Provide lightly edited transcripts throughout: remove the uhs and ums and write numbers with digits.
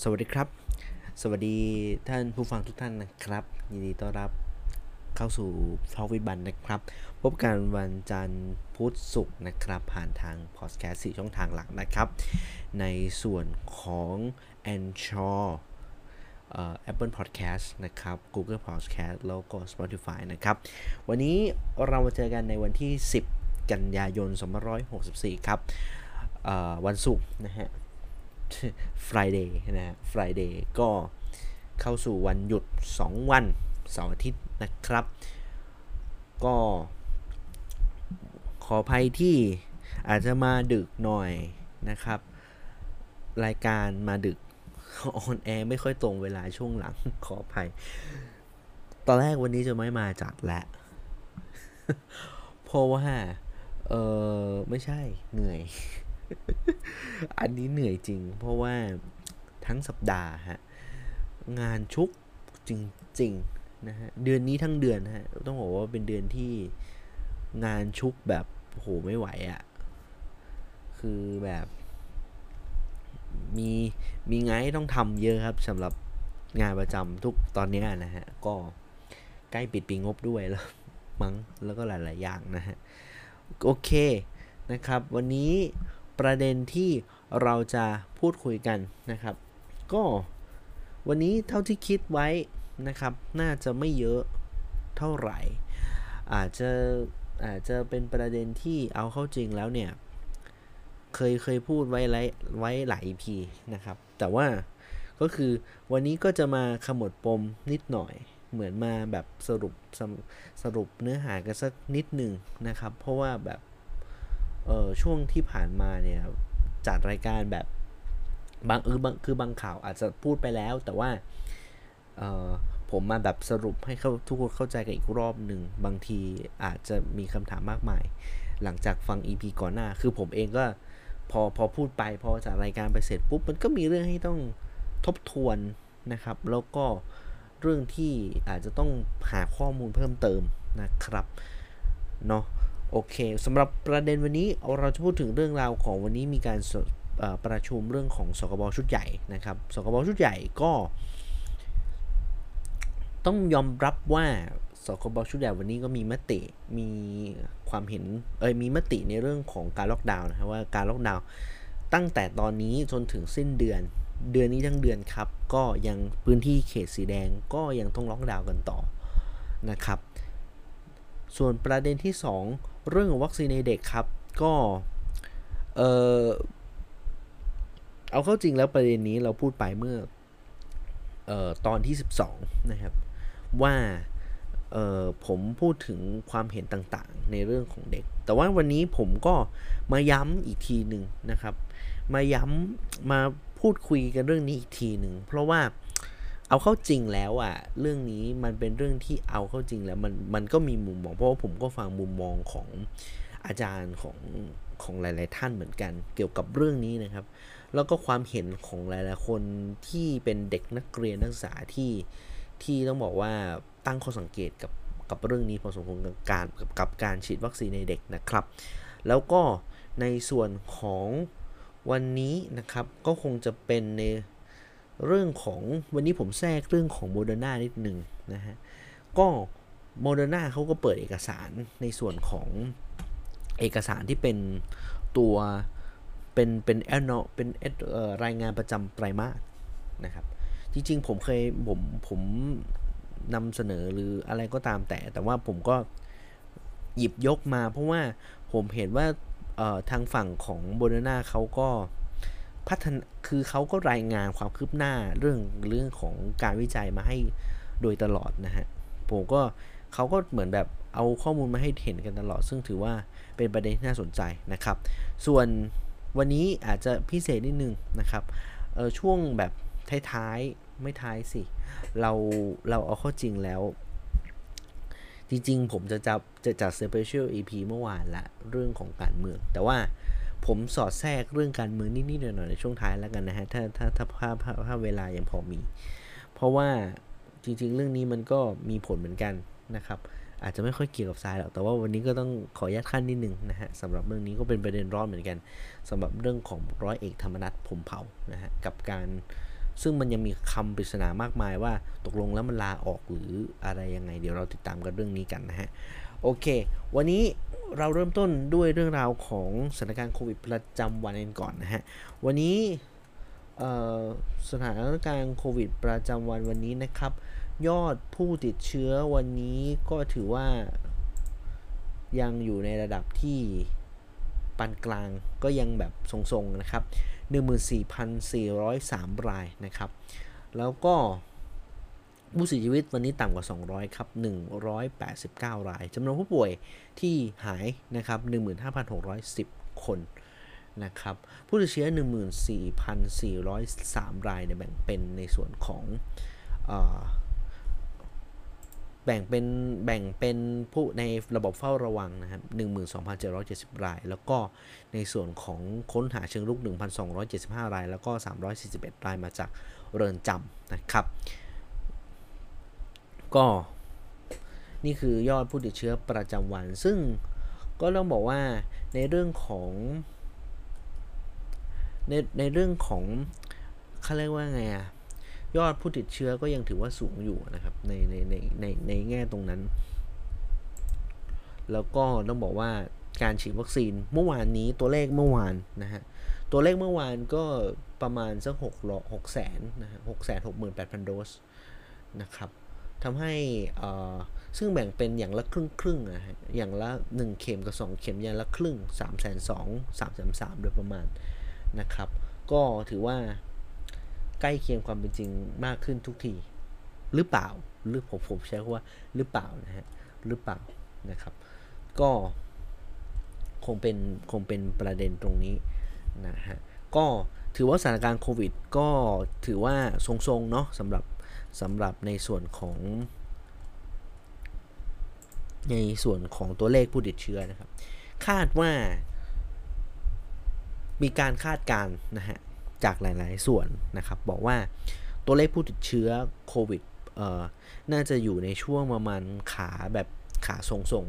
สวัสดีครับสวัสดีท่านผู้ฟังทุกท่านนะครับยินดีต้อนรับเข้าสู่ Talk with Ban นะครับพบกันวันจันทร์พุธศุกร์นะครับผ่านทางพอดแคสต์4ช่องทางหลักนะครับในส่วนของ Anchor Apple Podcast นะครับ Google Podcast แล้วก็ Spotify นะครับวันนี้เรามาเจอกันในวันที่10กันยายน2564ครับวันศุกร์นะฮะFriday นะฮะ Friday ก็เข้าสู่วันหยุด2วันเสาร์อาทิตย์นะครับก็ขออภัยที่อาจจะมาดึกหน่อยนะครับรายการมาดึกออนแอร์ไม่ค่อยตรงเวลาช่วงหลังขออภัยตอนแรกวันนี้จะไม่มาจัดแหละเพราะว่าไม่ใช่เหนื่อยอันนี้เหนื่อยจริงเพราะว่าทั้งสัปดาห์ฮะงานชุกจริงๆนะฮะเดือนนี้ทั้งเดือนฮะต้องบอกว่าเป็นเดือนที่งานชุกแบบโหไม่ไหวอ่ะคือแบบมีมีงานที่ต้องทำเยอะครับสำหรับงานประจำทุกตอนนี้นะฮะก็ใกล้ปิดปีงบด้วยแล้วมั้งแล้วก็หลายๆอย่างนะฮะโอเคนะครับวันนี้ประเด็นที่เราจะพูดคุยกันนะครับก็วันนี้เท่าที่คิดไว้นะครับน่าจะไม่เยอะเท่าไหร่อาจจะเป็นประเด็นที่เอาเข้าจริงแล้วเนี่ยเคยพูดไว้หลาย EP นะครับแต่ว่าก็คือวันนี้ก็จะมาขมวดปมนิดหน่อยเหมือนมาแบบสรุปเนื้อหากันสักนิดหนึ่งนะครับเพราะว่าแบบช่วงที่ผ่านมาเนี่ยจัดรายการแบบคือบางข่าวอาจจะพูดไปแล้วแต่ว่าผมมาแบบสรุปให้ทุกคนเข้าใจกันอีกรอบหนึ่งบางทีอาจจะมีคำถามมากมายหลังจากฟัง EP ก่อนหน้าคือผมเองก็พอพูดไปพอจากรายการไปเสร็จปุ๊บมันก็มีเรื่องให้ต้องทบทวนนะครับแล้วก็เรื่องที่อาจจะต้องหาข้อมูลเพิ่มเติมนะครับเนาะโอเคสำหรับประเด็นวันนี้เราจะพูดถึงเรื่องราวของวันนี้มีการประชุมเรื่องของสกบชุดใหญ่นะครับสกบชุดใหญ่ก็ต้องยอมรับว่าสคบชุดใหญ่วันนี้ก็มีมติมีความเห็นมีมติในเรื่องของการล็อกดาวน์นะครับว่าการล็อกดาวน์ตั้งแต่ตอนนี้จนถึงสิ้นเดือนนี้ทั้งเดือนครับก็ยังพื้นที่เขตสีแดงก็ยังต้องล็อกดาวน์กันต่อนะครับส่วนประเด็นที่2เรื่องของวัคซีนในเด็กครับก็เอาเข้าจริงแล้วประเด็นนี้เราพูดไปเมื่อตอนที่12นะครับว่าผมพูดถึงความเห็นต่างๆในเรื่องของเด็กแต่ว่าวันนี้ผมก็มาย้ำอีกทีหนึ่งนะครับมาพูดคุยกันเรื่องนี้อีกทีหนึ่งเพราะว่าเอาเข้าจริงแล้วอ่ะเรื่องนี้มันเป็นเรื่องที่เอาเข้าจริงแล้วมันก็มีมุมมองเพราะว่าผมก็ฟังมุมมองของอาจารย์ของหลายๆท่านเหมือนกันเกี่ยวกับเรื่องนี้นะครับแล้วก็ความเห็นของหลายๆคนที่เป็นเด็กนักเรียนนักศึกษาที่ต้องบอกว่าตั้งข้อสังเกตกับเรื่องนี้พอสมควรกับการฉีดวัคซีนในเด็กนะครับแล้วก็ในส่วนของวันนี้นะครับก็คงจะเป็นในเรื่องของวันนี้ผมแทรกเรื่องของโมเดอร์นานิดหนึ่งนะฮะก็โมเดอร์นาเขาก็เปิดเอกสารในส่วนของเอกสารที่เป็นตัวเป็นรายงานประจำไตรมาสนะครับจริงๆผมนำเสนอหรืออะไรก็ตามแต่ว่าผมก็หยิบยกมาเพราะว่าผมเห็นว่าทางฝั่งของโบเนน่าเขาก็พัฒนาคือเขาก็รายงานความคืบหน้าเรื่องของการวิจัยมาให้โดยตลอดนะฮะผมก็เขาก็เหมือนแบบเอาข้อมูลมาให้เห็นกันตลอดซึ่งถือว่าเป็นประเด็นที่น่าสนใจนะครับส่วนวันนี้อาจจะพิเศษนิดนึงนะครับช่วงแบบท้ายๆไม่ท้ายสิเราเอาเข้าจริงแล้วจริงๆผมจะจัด Special EP เมื่อวานละเรื่องของการเมืองแต่ว่าผมสอดแทรกเรื่องการเมืองนิดๆหน่อยๆในช่วงท้ายแล้วกันนะฮะถ้าเวลายังพอมีเพราะว่าจริงๆเรื่องนี้มันก็มีผลเหมือนกันนะครับอาจจะไม่ค่อยเกี่ยวกับทรายหรอกแต่ว่าวันนี้ก็ต้องขออนุญาตขั้นนิดนึงนะฮะสำหรับเรื่องนี้ก็เป็นประเด็นร้อนเหมือนกันสำหรับเรื่องของร้อยเอกธรรมนัสพรหมเผ่านะฮะกับการซึ่งมันยังมีคำปริศนามากมายว่าตกลงแล้วมันลาออกหรืออะไรยังไงเดี๋ยวเราติดตามกันเรื่องนี้กันนะฮะโอเควันนี้เราเริ่มต้นด้วยเรื่องราวของสถานการณ์โควิดประจำวันกันก่อนนะฮะวันนี้สถานการณ์โควิดประจำวันนี้นะครับยอดผู้ติดเชื้อวันนี้ก็ถือว่ายังอยู่ในระดับที่ปานกลางก็ยังแบบทรงๆนะครับ 14,403 รายนะครับแล้วก็ผู้เสียชีวิตวันนี้ต่ำกว่า200ครับ189 รายจำนวนผู้ป่วยที่หายนะครับ 15,610 คนนะครับผู้ติดเชื้อ 14,403 รายเนี่ยแบ่งเป็นในส่วนของแบ่งเป็นผู้ในระบบเฝ้าระวังนะครับ 12,770 รายแล้วก็ในส่วนของค้นหาเชิงรุก 1,275 รายแล้วก็341 รายมาจากเรือนจำนะครับก็นี่คือยอดผู้ติดเชื้อประจำวันซึ่งก็ต้องบอกว่าในเรื่องของเขาเรียกว่าไงอะยอดผู้ติดเชื้อก็ยังถือว่าสูงอยู่นะครับในแง่ตรงนั้นแล้วก็ต้องบอกว่าการฉีดวัคซีนเมื่อวานนี้ตัวเลขเมื่อวานนะฮะตัวเลขเมื่อวานก็ประมาณสัก6 แสนนะฮะ668,000 โดสนะครับทำให้ซึ่งแบ่งเป็นอย่างละครึ่งนะฮะอย่างละ1เข็มกับ2เข็มอย่างละครึ่ง320,000 333โดยประมาณนะครับก็ถือว่าใกล้เคียงความเป็นจริงมากขึ้นทุกทีหรือเปล่าหรือผมใช้คำว่าหรือเปล่านะฮะหรือเปล่านะครับก็คงเป็นประเด็นตรงนี้นะฮะก็ถือว่าสถานการณ์โควิดก็ถือว่าทรงๆเนาะสำหรับในส่วนของตัวเลขผู้ติดเชื้อนะครับคาดว่ามีการคาดการณ์นะฮะจากหลายๆส่วนนะครับบอกว่าตัวเลขผู้ติดเชื้อโควิดน่าจะอยู่ในช่วงประมาณขาทรง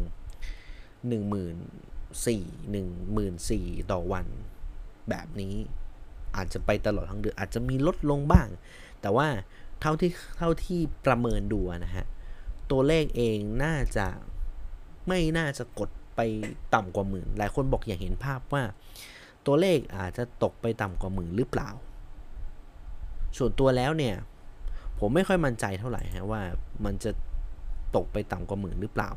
14,000ต่อวันแบบนี้อาจจะไปตลอดทั้งเดือนอาจจะมีลดลงบ้างแต่ว่าเท่าที่ประเมินดูนะฮะตัวเลขเองไม่น่าจะกดไปต่ำกว่าหมื่นหลายคนบอกอยากเห็นภาพว่าตัวเลขอาจจะตกไปต่ำกว่าหมื่นหรือเปล่าส่วนตัวแล้วเนี่ยผมไม่ค่อยมั่นใจเท่าไหร่ฮะว่ามันจะตกไปต่ำกว่าหมื่นหรือเปล่า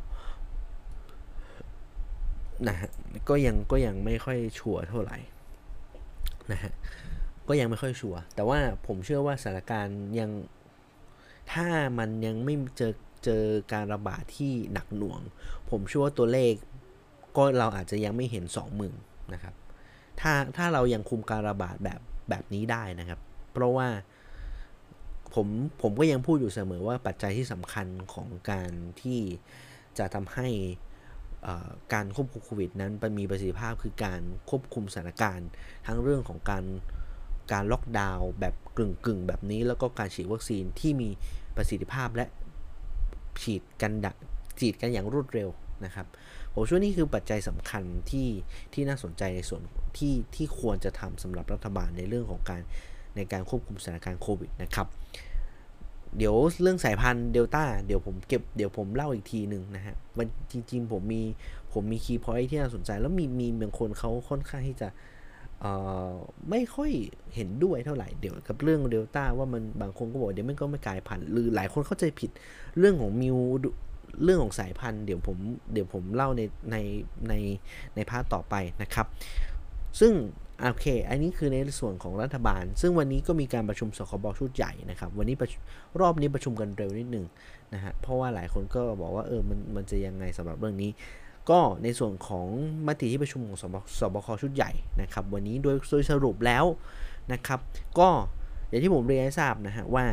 นะฮะก็ยังไม่ค่อยชัวร์เท่าไหร่นะฮะก็ยังไม่ค่อยชัวร์แต่ว่าผมเชื่อว่าสถานการณ์ยังถ้ามันยังไม่เจอการระบาดที่หนักหน่วงผมเชื่อว่าตัวเลขก็เราอาจจะยังไม่เห็น 20,000 นะครับถ้าเรายังคุมการระบาดแบบนี้ได้นะครับเพราะว่าผมก็ยังพูดอยู่เสมอว่าปัจจัยที่สำคัญของการที่จะทำให้การควบคุมโควิดนั้นมีประสิทธิภาพคือการควบคุมสถานการณ์ทั้งเรื่องของการล็อกดาวน์แบบกึ่งแบบนี้แล้วก็การฉีดวัคซีนที่มีประสิทธิภาพและฉีดกันอย่างรวดเร็วนะครับผมว่านี่คือปัจจัยสำคัญที่น่าสนใจในส่วนที่ควรจะทำสำหรับรัฐบาลในเรื่องของในการควบคุมสถานการณ์โควิดนะครับเดี๋ยวเรื่องสายพันธุ์เดลต้าเดี๋ยวผมเล่าอีกทีหนึ่งนะฮะมันจริงๆผมมีคีย์พอยท์ที่น่าสนใจแล้วมีบางคนเขาค่อนข้างที่จะไม่ค่อยเห็นด้วยเท่าไหร่เดี๋ยวกับเรื่องเดลต้าว่ามันบางคนก็บอกเดี๋ยวมันก็ไม่กลายพันธุ์หรือหลายคนเข้าใจผิดเรื่องของเรื่องของสายพันธุ์เดี๋ยวผมเล่าในพาร์ทต่อไปนะครับซึ่งโอเคอันนี้คือในส่วนของรัฐบาลซึ่งวันนี้ก็มีการประชุมสคบชุดใหญ่นะครับวันนี้รอบนี้ประชุมกันเร็วนิดนึงนะฮะเพราะว่าหลายคนก็บอกว่ามันจะยังไงสำหรับเรื่องนี้ก็ในส่วนของมติที่ประชุมของสบคชุดใหญ่นะครับวันนี้โดยสรุปแล้วนะครับก็อย่างที่ผมเรียนให้ทราบนะฮะว่า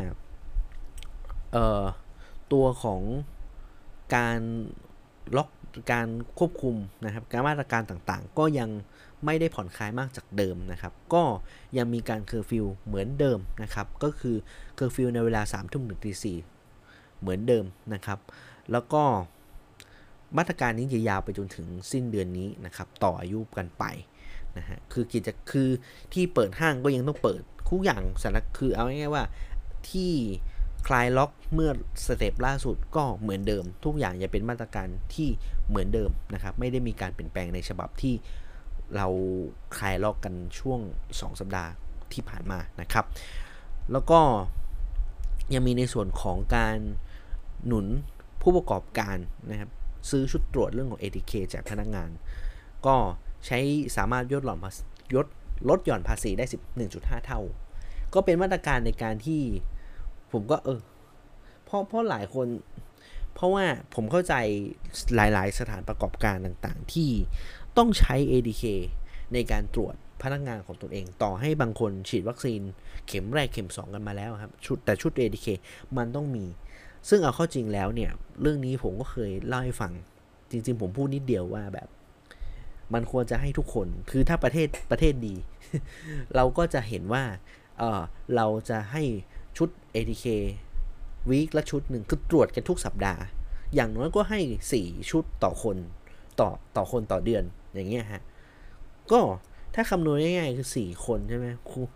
ตัวของการล็อกการควบคุมนะครับการมาตรการต่างๆก็ยังไม่ได้ผ่อนคลายมากจากเดิมนะครับก็ยังมีการเคอร์ฟิวเหมือนเดิมนะครับก็คือเคอร์ฟิวในเวลา 3 ทุ่มถึง ตี 4เหมือนเดิมนะครับแล้วก็มาตรการนี้จะยาวไปจนถึงสิ้นเดือนนี้นะครับต่ออายุกันไปนะฮะคือที่เปิดห้างก็ยังต้องเปิดทุกอย่างสถานคือเอาง่ายๆว่าที่คลายล็อกเมื่อสเต็ปล่าสุดก็เหมือนเดิมทุกอย่างจะเป็นมาตรการที่เหมือนเดิมนะครับไม่ได้มีการเปลี่ยนแปลงในฉบับที่เราคลายล็อกกันช่วง2สัปดาห์ที่ผ่านมานะครับแล้วก็ยังมีในส่วนของการหนุนผู้ประกอบการนะครับซื้อชุดตรวจเรื่องของ ATK จากพนักงานก็ใช้สามารถลดหย่อนภาษีได้ 1.5 เท่าก็เป็นมาตรการในการที่ผมก็เพราะหลายคนเพราะว่าผมเข้าใจหลายๆสถานประกอบการต่างๆที่ต้องใช้ ATK ในการตรวจพนักงานของตนเองต่อให้บางคนฉีดวัคซีนเข็มแรกเข็ม2กันมาแล้วครับแต่ชุด ATK มันต้องมีซึ่งเอาเข้าจริงแล้วเนี่ยเรื่องนี้ผมก็เคยเล่าให้ฟังจริงๆผมพูดนิดเดียวว่าแบบมันควรจะให้ทุกคนคือถ้าประเทศดี เราก็จะเห็นว่าเราจะให้ชุด ATK วีคละชุดหนึ่งคือตรวจกันทุกสัปดาห์อย่างน้อยก็ให้4ชุดต่อคนต่อคนต่อเดือนอย่างเงี้ยฮะก็ถ้าคำนวณง่ายๆคือ4คนใช่ไหมครู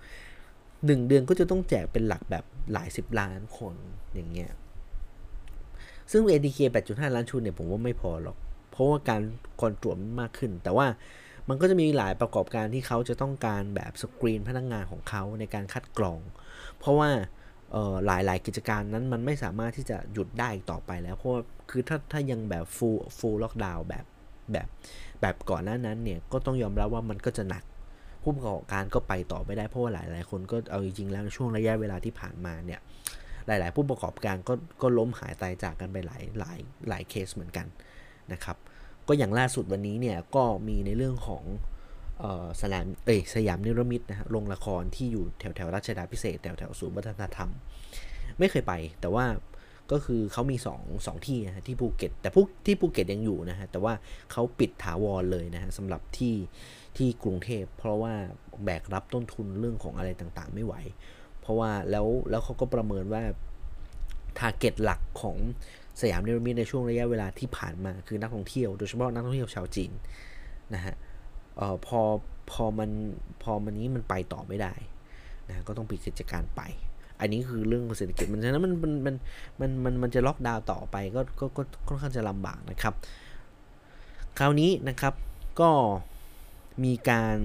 1เดือนก็จะต้องแจกเป็นหลักแบบหลาย10ล้านคนอย่างเงี้ยซึ่ง ATK 8.5 ล้านชุดเนี่ยผมว่าไม่พอหรอกเพราะว่าการตรวจมากขึ้นแต่ว่ามันก็จะมีหลายประกอบการที่เขาจะต้องการแบบสกรีนพนักงานของเขาในการคัดกรองเพราะว่าหลายกิจการนั้นมันไม่สามารถที่จะหยุดได้ต่อไปแล้วเพราะว่าคือถ้ายังแบบฟูลล็อกดาวน์แบบก่อนหน้านั้นเนี่ยก็ต้องยอมรับว่ามันก็จะหนักผู้ประกอบการก็ไปต่อไม่ได้เพราะว่าหลายคนก็เอาจริงๆแล้วช่วงระยะเวลาที่ผ่านมาเนี่ยหลายผู้ประกอบการก็ล้มหายตายจากกันไปหลายเคสเหมือนกันนะครับก็อย่างล่าสุดวันนี้เนี่ยก็มีในเรื่องของสยามนิรมิตนะฮะโรงละครที่อยู่แถวรัชดาพิเศษแถวศูนย์วัฒนธรรมไม่เคยไปแต่ว่าก็คือเขามี2ที่นะฮะที่ภูเก็ตแต่ที่ภูเก็ตยังอยู่นะฮะแต่ว่าเขาปิดถาวรเลยนะฮะสำหรับที่กรุงเทพเพราะว่าแบกรับต้นทุนเรื่องของอะไรต่างๆไม่ไหวเพราะว่าแล้วเขาก็ประเมินว่าทาร์เก็ตหลักของสยามนิรมิตในช่วงระยะเวลาที่ผ่านมาคือนักท่องเที่ยวโดยเฉพาะนักท่องเที่ยวชาวจีนนะฮะพอมันนี้มันไปต่อไม่ได้นะก็ต้องปิดกิจการไปอันนี้คือเรื่องเศรษฐกิจมันฉะนั้นมันจะล็อกดาวน์ต่อไปก็ค่อนข้างจะลำบากนะครับคราวนี้นะครับก็มีการ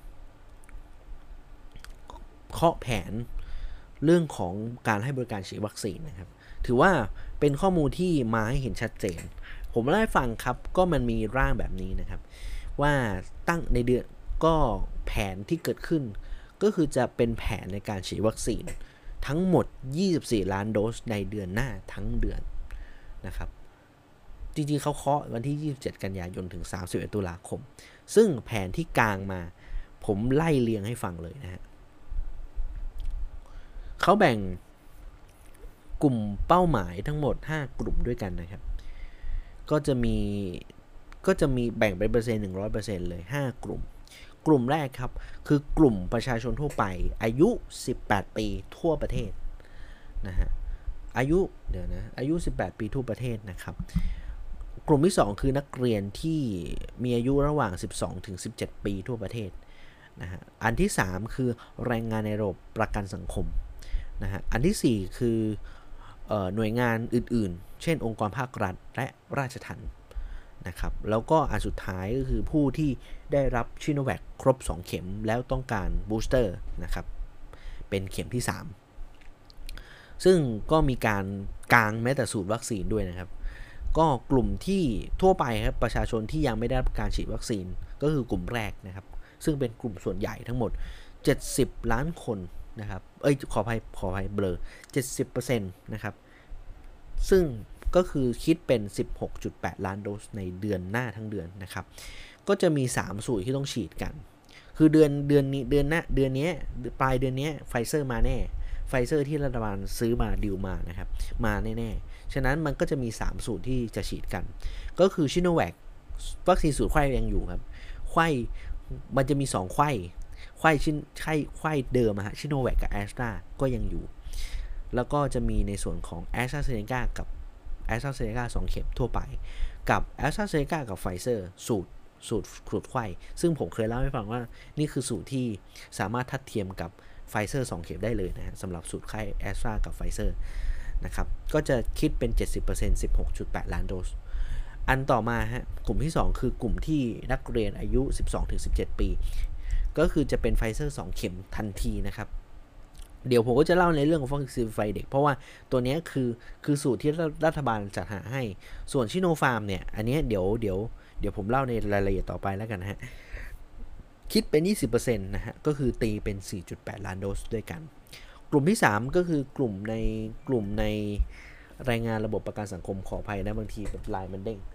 เคาะแผนเรื่องของการให้บริการฉีดวัคซีนนะครับถือว่าเป็นข้อมูลที่มาให้เห็นชัดเจนผมเล่าให้ฟังครับก็มันมีร่างแบบนี้นะครับว่าตั้งในเดือนก็แผนที่เกิดขึ้นก็คือจะเป็นแผนในการฉีดวัคซีนทั้งหมด24ล้านโดสในเดือนหน้าทั้งเดือนนะครับจริงๆเขาเคาะวันที่27กันยายนถึง31ตุลาคมซึ่งแผนที่กลางมาผมไล่เรียงให้ฟังเลยนะฮะเขาแบ่งกลุ่มเป้าหมายทั้งหมด5กลุ่มด้วยกันนะครับก็จะมีแบ่งเป็นเปอร์เซ็นต์ 100% เลย5กลุ่มแรกครับคือกลุ่มประชาชนทั่วไปอายุ18ปีทั่วประเทศนะฮะอายุ18ปีทั่วประเทศนะครับกลุ่มที่2คือนักเรียนที่มีอายุระหว่าง12ถึง17ปีทั่วประเทศนะฮะอันที่3คือแรงงานในระบบประกันสังคมนะฮะอันที่4คือหน่วยงานอื่นๆเช่นองค์กรภาครัฐและราชทัณฑ์นะครับแล้วก็อันสุดท้ายก็คือผู้ที่ได้รับชิโนแวคครบ2เข็มแล้วต้องการบูสเตอร์นะครับเป็นเข็มที่3ซึ่งก็มีการกางแม้แต่สูตรวัคซีนด้วยนะครับก็กลุ่มที่ทั่วไปครับประชาชนที่ยังไม่ได้รับการฉีดวัคซีนก็คือกลุ่มแรกนะครับซึ่งเป็นกลุ่มส่วนใหญ่ทั้งหมด70ล้านคนนะครับขออภัยเบลอ 70% นะครับซึ่งก็คือคิดเป็น 16.8 ล้านโดสในเดือนหน้าทั้งเดือนนะครับก็จะมี3สูตรที่ต้องฉีดกันคือเดือนนี้เดือนนี้ปลายเดือนนี้ไฟเซอร์มาแน่ไฟเซอร์ที่รัฐบาลซื้อมาดิวมานะครับมาแน่ๆฉะนั้นมันก็จะมี3สูตรที่จะฉีดกันก็คือชิโนแวควัคซีนสูตรไข้ยังอยู่ครับไข้มันจะมี2ไข้เดิมฮะชิโนแวคกับแอสตราก็ยังอยู่แล้วก็จะมีในส่วนของแอสตราเซเนกากับแอสตราเซเนกา2เข็มทั่วไปกับแอสตราเซเนกากับไฟเซอร์สูตรไข้ซึ่งผมเคยเล่าให้ฟังว่านี่คือสูตรที่สามารถทัดเทียมกับไฟเซอร์2เข็มได้เลยนะฮะสำหรับสูตรไข้แอสตรากับไฟเซอร์นะครับก็จะคิดเป็น 70% 16.8 ล้านโดสอันต่อมาฮะกลุ่มที่2คือกลุ่มที่นักเรียนอายุ 12-17 ปีก็คือจะเป็นไฟเซอร์2เข็มทันทีนะครับเดี๋ยวผมก็จะเล่าในเรื่องของวัคซีนไฟเด็กเพราะว่าตัวนี้คือสูตรที่รัฐบาลจัดหาให้ส่วนชิโนฟาร์มเนี่ยอันนี้เดี๋ยวผมเล่าในรายละเอียดต่อไปแล้วกันนะฮะคิดเป็น 20% นะฮะก็คือตีเป็น 4.8 ล้านโดสด้วยกันกลุ่มที่3ก็คือกลุ่มในรายงานระบบประกันสังคมขออภัยนะบางทีแบบไลน์มันเด้ง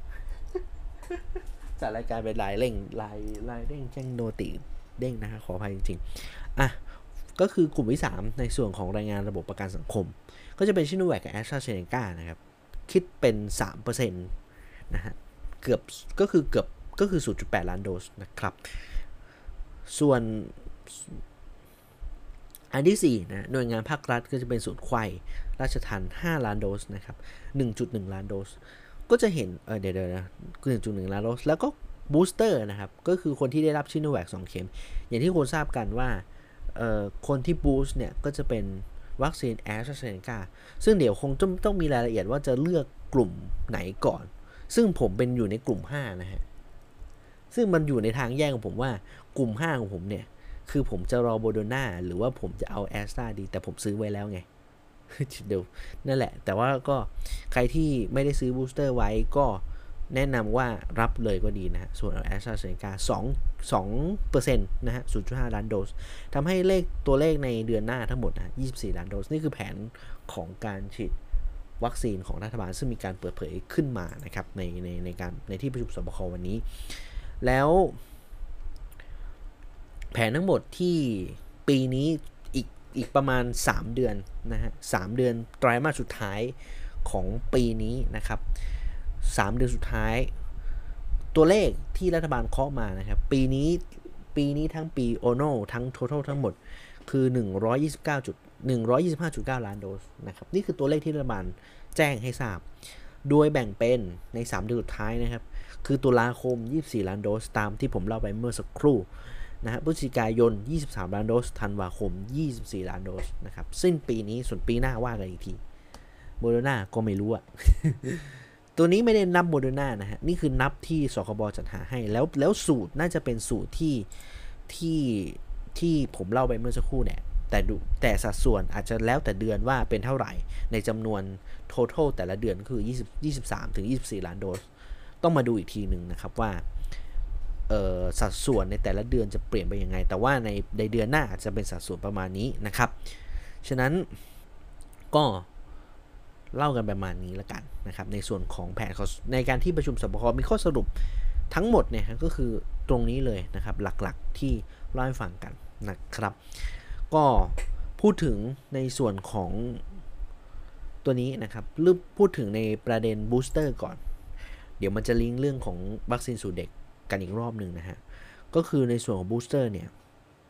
จากรายการเป็นไลน์เร่งไลน์เด้งแจ้งโนติเด้งนะฮะขออภัยจริงๆก็คือกลุ่มที่3ในส่วนของรายงานระบบประกันสังคมก็จะเป็นชิโนแวคกับแอสตราเซเนกานะครับคิดเป็น 3% นะฮะก็คือ 0.8 ล้านโดสนะครับส่วนอันที่4นะหน่วยงานภาครัฐก็จะเป็นศูนย์ไข้ราชทัณฑ์5ล้านโดสนะครับ 1.1 ล้านโดสก็จะเห็นเดี๋ยวนะ 1.1 ล้านโดสแล้วก็บูสเตอร์นะครับก็คือคนที่ได้รับชิโนแวค2เข็มอย่างที่คนทราบกันว่าคนที่บูสต์เนี่ยก็จะเป็นวัคซีนแอสตราเซเนกาซึ่งเดี๋ยวคงต้องมีรายละเอียดว่าจะเลือกกลุ่มไหนก่อนซึ่งผมเป็นอยู่ในกลุ่ม5นะฮะซึ่งมันอยู่ในทางแยกของผมว่ากลุ่ม5ของผมเนี่ยคือผมจะรอโบโดนาหรือว่าผมจะเอาแอสตราดีแต่ผมซื้อไว้แล้วไง เดี๋ยวนั่นแหละแต่ว่าก็ใครที่ไม่ได้ซื้อบูสเตอร์ไว้ก็แนะนำว่ารับเลยก็ดีนะฮะส่วนแอสตราเซเนกา2% นะฮะ 0.5 ล้านโดสทำให้ตัวเลขในเดือนหน้าทั้งหมดนะ24 ล้านโดสนี่คือแผนของการฉีดวัคซีนของรัฐบาลซึ่งมีการเปิดเผยขึ้นมานะครับในที่ประชุมสบควันนี้แล้วแผนทั้งหมดที่ปีนี้อีกประมาณ3เดือนนะฮะ3เดือนไตรมาสสุดท้ายของปีนี้นะครับ3เดือนสุดท้ายตัวเลขที่รัฐบาลเคาะมานะครับปีนี้ทั้งปีโอโนทั้ง total ทั้งหมดคือ125.9 ล้านโดสนะครับนี่คือตัวเลขที่รัฐบาลแจ้งให้ทราบโดยแบ่งเป็นใน3เดือนสุดท้ายนะครับคือตุลาคม24 ล้านโดสตามที่ผมเล่าไปเมื่อสักครู่นะฮะพฤศจิกายน23 ล้านโดสธันวาคม24 ล้านโดสนะครับสิ้นปีนี้ส่วนปีหน้าว่ากันอีกทีโมเดอร์นาก็ไม่รู้อะ ตัวนี้ไม่ได้นับโมเดอร์นานะฮะนี่คือนับที่สคบจัดหาให้แล้วสูตรน่าจะเป็นสูตรที่ผมเล่าไปเมื่อสักครู่เนี่ยแต่สัดส่วนอาจจะแล้วแต่เดือนว่าเป็นเท่าไหร่ในจำนวน total แต่ละเดือนคือ23-24 ล้านโดสต้องมาดูอีกทีหนึ่งนะครับว่าสัดส่วนในแต่ละเดือนจะเปลี่ยนไปยังไงแต่ว่าในเดือนหน้าอาจจะเป็นสัดส่วนประมาณนี้นะครับฉะนั้นก็เล่ากันประมาณนี้แล้วกันนะครับในส่วนของแผนในการที่ประชุมสบคมีข้อสรุปทั้งหมดเนี่ยก็คือตรงนี้เลยนะครับหลักๆที่เล่าให้ฟังกันนะครับก็พูดถึงในส่วนของตัวนี้นะครับพูดถึงในประเด็นบูสเตอร์ก่อนเดี๋ยวมันจะลิงก์เรื่องของวัคซีนสูตรเด็กกันอีกรอบหนึ่งนะฮะก็คือในส่วนของบูสเตอร์เนี่ย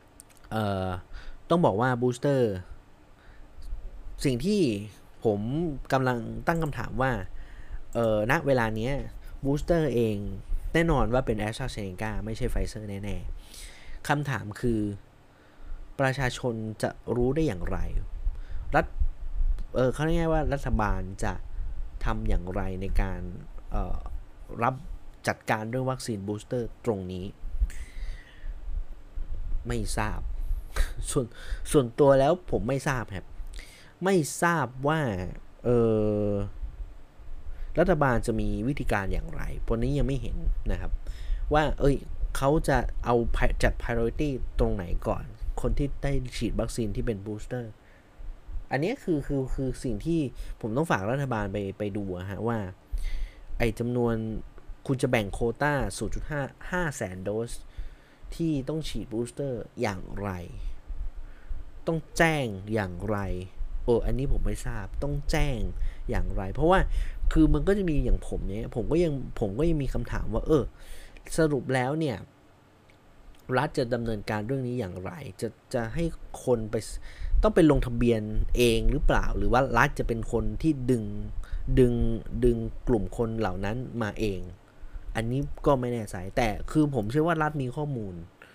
ต้องบอกว่าบูสเตอร์สิ่งที่ผมกำลังตั้งคำถามว่าณเวลานี้บูสเตอร์เองแน่นอนว่าเป็น AstraZeneca ไม่ใช่ Pfizer แน่ๆคำถามคือประชาชนจะรู้ได้อย่างไรเขาเรียกว่ารัฐบาลจะทำอย่างไรในการรับจัดการเรื่องวัคซีนบูสเตอร์ตรงนี้ไม่ทราบ ส่วนตัวแล้วผมไม่ทราบครับไม่ทราบว่ารัฐบาลจะมีวิธีการอย่างไรเพราะนี้ยังไม่เห็นนะครับว่าเขาจะเอาจัด priority ตรงไหนก่อนคนที่ได้ฉีดวัคซีนที่เป็นบูสเตอร์อันนี้คือสิ่งที่ผมต้องฝากรัฐบาลไปดูฮะว่าไอ้จำนวนคุณจะแบ่งโควต้า 0.5 แสนโดสที่ต้องฉีดบูสเตอร์อย่างไรต้องแจ้งอย่างไรอันนี้ผมไม่ทราบต้องแจ้งอย่างไรเพราะว่าคือมันก็จะมีอย่างผมเนี่ยผมก็ยังมีคำถามว่าสรุปแล้วเนี่ยรัฐจะดำเนินการเรื่องนี้อย่างไรจะให้คนไปต้องไปลงทะเบียนเองหรือเปล่าหรือว่ารัฐจะเป็นคนที่ดึงกลุ่มคนเหล่านั้นมาเองอันนี้ก็ไม่แน่ใจแต่คือผมเชื่อว่ารัฐมีข้อมูล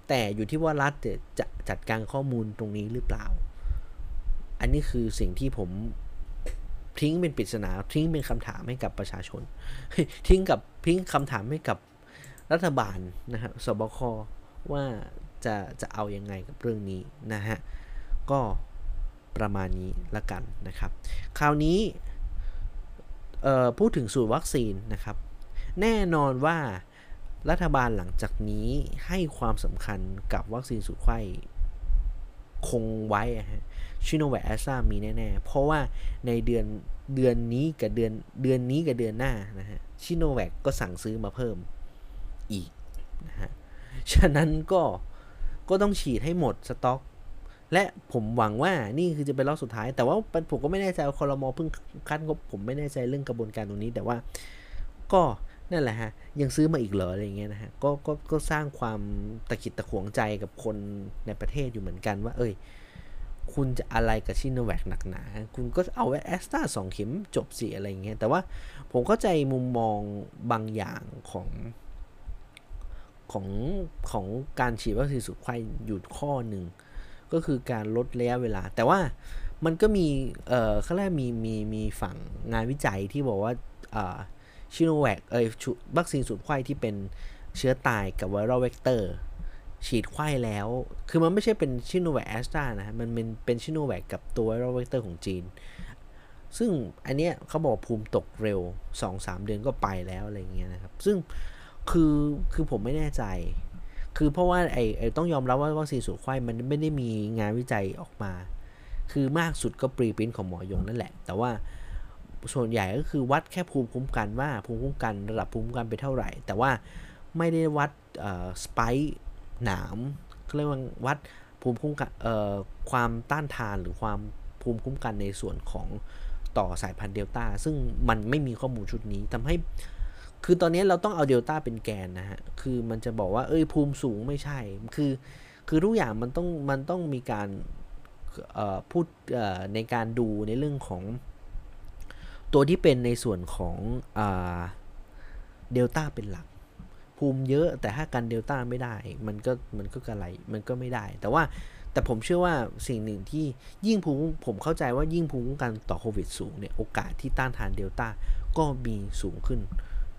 แต่อยู่ที่ว่ารัฐจะจัดการข้อมูลตรงนี้หรือเปล่าอันนี้คือสิ่งที่ผมทิ้งเป็นปริศนาทิ้งเป็นคำถามให้กับประชาชนทิ้งคำถามให้กับรัฐบาลนะครับสบคว่าจะเอายังไงกับเรื่องนี้นะฮะก็ประมาณนี้ละกันนะครับคราวนี้พูดถึงสูตรวัคซีนนะครับแน่นอนว่ารัฐบาลหลังจากนี้ให้ความสำคัญกับวัคซีนสูตรไข้คงไว้ชิโนแวคแอสตรามีแน่ๆเพราะว่าในเดือนนี้กับเดือนหน้านะฮะชิโนแวคก็สั่งซื้อมาเพิ่มอีกนะฮะฉะนั้นก็ต้องฉีดให้หมดสต็อกและผมหวังว่านี่คือจะเป็นรอบสุดท้ายแต่ว่าผมก็ไม่แน่ใจครม.เพิ่งคัดงบผมไม่แน่ใจเรื่องกระบวนการตรงนี้แต่ว่าก็นั่นแหละฮะยังซื้อมาอีกเหรออะไรเงี้ยนะฮะก็สร้างความตะขิดตะขวงใจกับคนในประเทศอยู่เหมือนกันว่าคุณจะอะไรกับชิโนแวคหนักหนาคุณก็เอาแอสตรา2 เข็มจบสิอะไรเงี้ยแต่ว่าผมเข้าใจมุมมองบางอย่างของการฉีดวัคซีนสูตรไข้อยู่ข้อหนึ่งก็คือการลดระยะเวลาแต่ว่ามันก็มีเขาเรียกมีฝั่งงานวิจัยที่บอกว่าชิโนแวควัคซีนสูตรไข้ที่เป็นเชื้อตายกับไวรัลเวกเตอร์ฉีดไข้แล้วคือมันไม่ใช่เป็นชิโนแวคแอสตรานะมันเป็นชิโนแวคกับตัวไวรัลเวกเตอร์ของจีนซึ่งอันเนี้ยเขาบอกภูมิตกเร็ว 2-3 เดือนก็ไปแล้วอะไรเงี้ยนะครับซึ่งคือผมไม่แน่ใจคือเพราะว่าต้องยอมรับว่าวัคซีนสูตรไข้มันไม่ได้มีงานวิจัยออกมาคือมากสุดก็ปรีพรินท์ของหมอยงนั่นแหละแต่ว่าส่วนใหญ่ก็คือวัดแค่ภูมิคุ้มกันว่าภูมิคุ้มกันระดับภูมิคุ้มกันไปเท่าไหร่แต่ว่าไม่ได้วัดสไปค์หนามเรียกว่าวัดภูมิคุ้มกันความต้านทานหรือความภูมิคุ้มกันในส่วนของต่อสายพันธุ์เดลต้าซึ่งมันไม่มีข้อมูลชุดนี้ทำให้คือตอนนี้เราต้องเอาเดลต้าเป็นแกนนะฮะคือมันจะบอกว่าภูมิสูงไม่ใช่คือทุกอย่างมันต้องมีการพูดในการดูในเรื่องของตัวที่เป็นในส่วนของเดลต้าเป็นหลักภูมิเยอะแต่ถ้ากันเดลต้าไม่ได้มันก็อะไรมันก็ไม่ได้แต่ผมเชื่อว่าสิ่งหนึ่งที่ยิ่งผมเข้าใจว่ายิ่งภูมิคุ้มกันต่อโควิดสูงเนี่ยโอกาสที่ต้านทานเดลต้าก็มีสูงขึ้น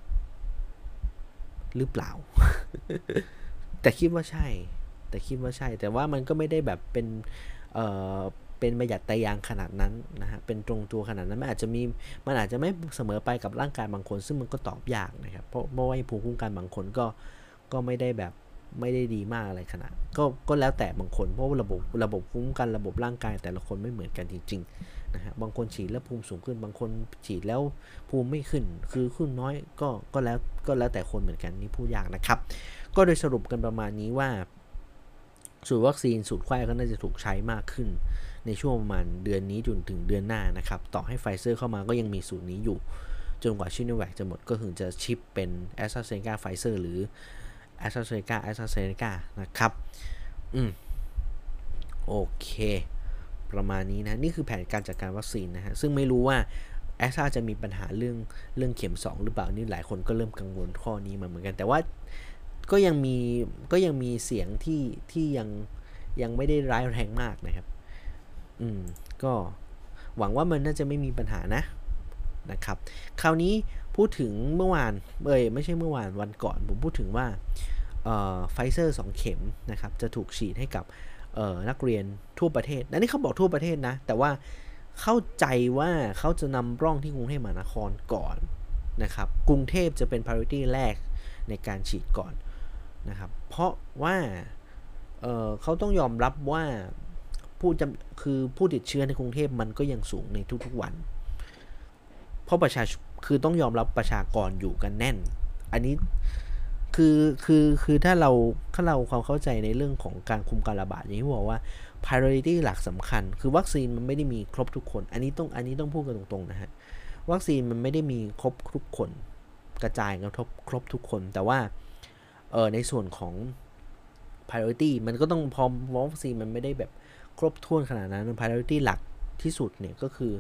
หรือเปล่า แต่คิดว่าใช่แต่ว่ามันก็ไม่ได้แบบเป็นประหยัดตะยางขนาดนั้นนะฮะเป็นตรงตัวขนาดนั้นมันอาจจะไม่เสมอไปกับร่างกายบางคนซึ่งมันก็ตอบยากนะครับเพราะว่าภูมิคุ้มกันบางคนก็ไม่ได้แบบไม่ได้ดีมากอะไรขนาดก็แล้วแต่บางคนเพราะว่าระบบภูมิคุ้มกันระบบร่างกายแต่ละคนไม่เหมือนกันจริงๆนะฮะบางคนฉีดแล้วภูมิสูงขึ้นบางคนฉีดแล้วภูมิไม่ขึ้นคือขึ้นน้อยก็แล้วแต่คนเหมือนกันนี่พูดยากนะครับก็โดยสรุปกันประมาณนี้ว่าสูตรวัคซีนสูตรไข้ก็น่าจะถูกใช้มากขึ้นในช่วงประมาณเดือนนี้จนถึงเดือนหน้านะครับต่อให้ไฟเซอร์เข้ามาก็ยังมีสูตรนี้อยู่จนกว่าชิโนแวคจะหมดก็ถึงจะชิปเป็น AstraZeneca Pfizer หรือ AstraZeneca นะครับโอเคประมาณนี้นะนี่คือแผนการจัดการวัคซีนนะฮะซึ่งไม่รู้ว่าแอสตราจะมีปัญหาเรื่องเข็ม2หรือเปล่านี่หลายคนก็เริ่มกังวลข้อนี้มาเหมือนกันแต่ว่าก็ยังมีเสียงที่ยังไม่ได้ร้ายแรงมากนะครับก็หวังว่ามันน่าจะไม่มีปัญหานะครับคราวนี้พูดถึงเมื่อวานไม่ใช่เมื่อวานวันก่อนผมพูดถึงว่าไฟเซอร์2 เข็มนะครับจะถูกฉีดให้กับนักเรียนทั่วประเทศอันนี้เขาบอกทั่วประเทศนะแต่ว่าเข้าใจว่าเขาจะนำร่องที่กรุงเทพมหานครก่อนนะครับกรุงเทพจะเป็น priority แรกในการฉีดก่อนนะครับเพราะว่าเขาต้องยอมรับว่าผู้ติดเชื้อในกรุงเทพมันก็ยังสูงในทุกๆวันเพราะคือต้องยอมรับประชากรอยู่กันแน่นอันนี้คือถ้าเราความเข้าใจในเรื่องของการคุมการระบาดอย่างที่บอกว่า priority หลักสำคัญคือวัคซีนมันไม่ได้มีครบทุกคนอันนี้ต้องพูดกันตรงๆนะฮะวัคซีนมันไม่ได้มีครบทุกคนกระจายกันครบทุกคนแต่ว่าในส่วนของ priority มันก็ต้องพอวัคซีนมันไม่ได้แบบครบถ้วนขนาดนั้น priority หลักที่สุดเนี่ยก็คือ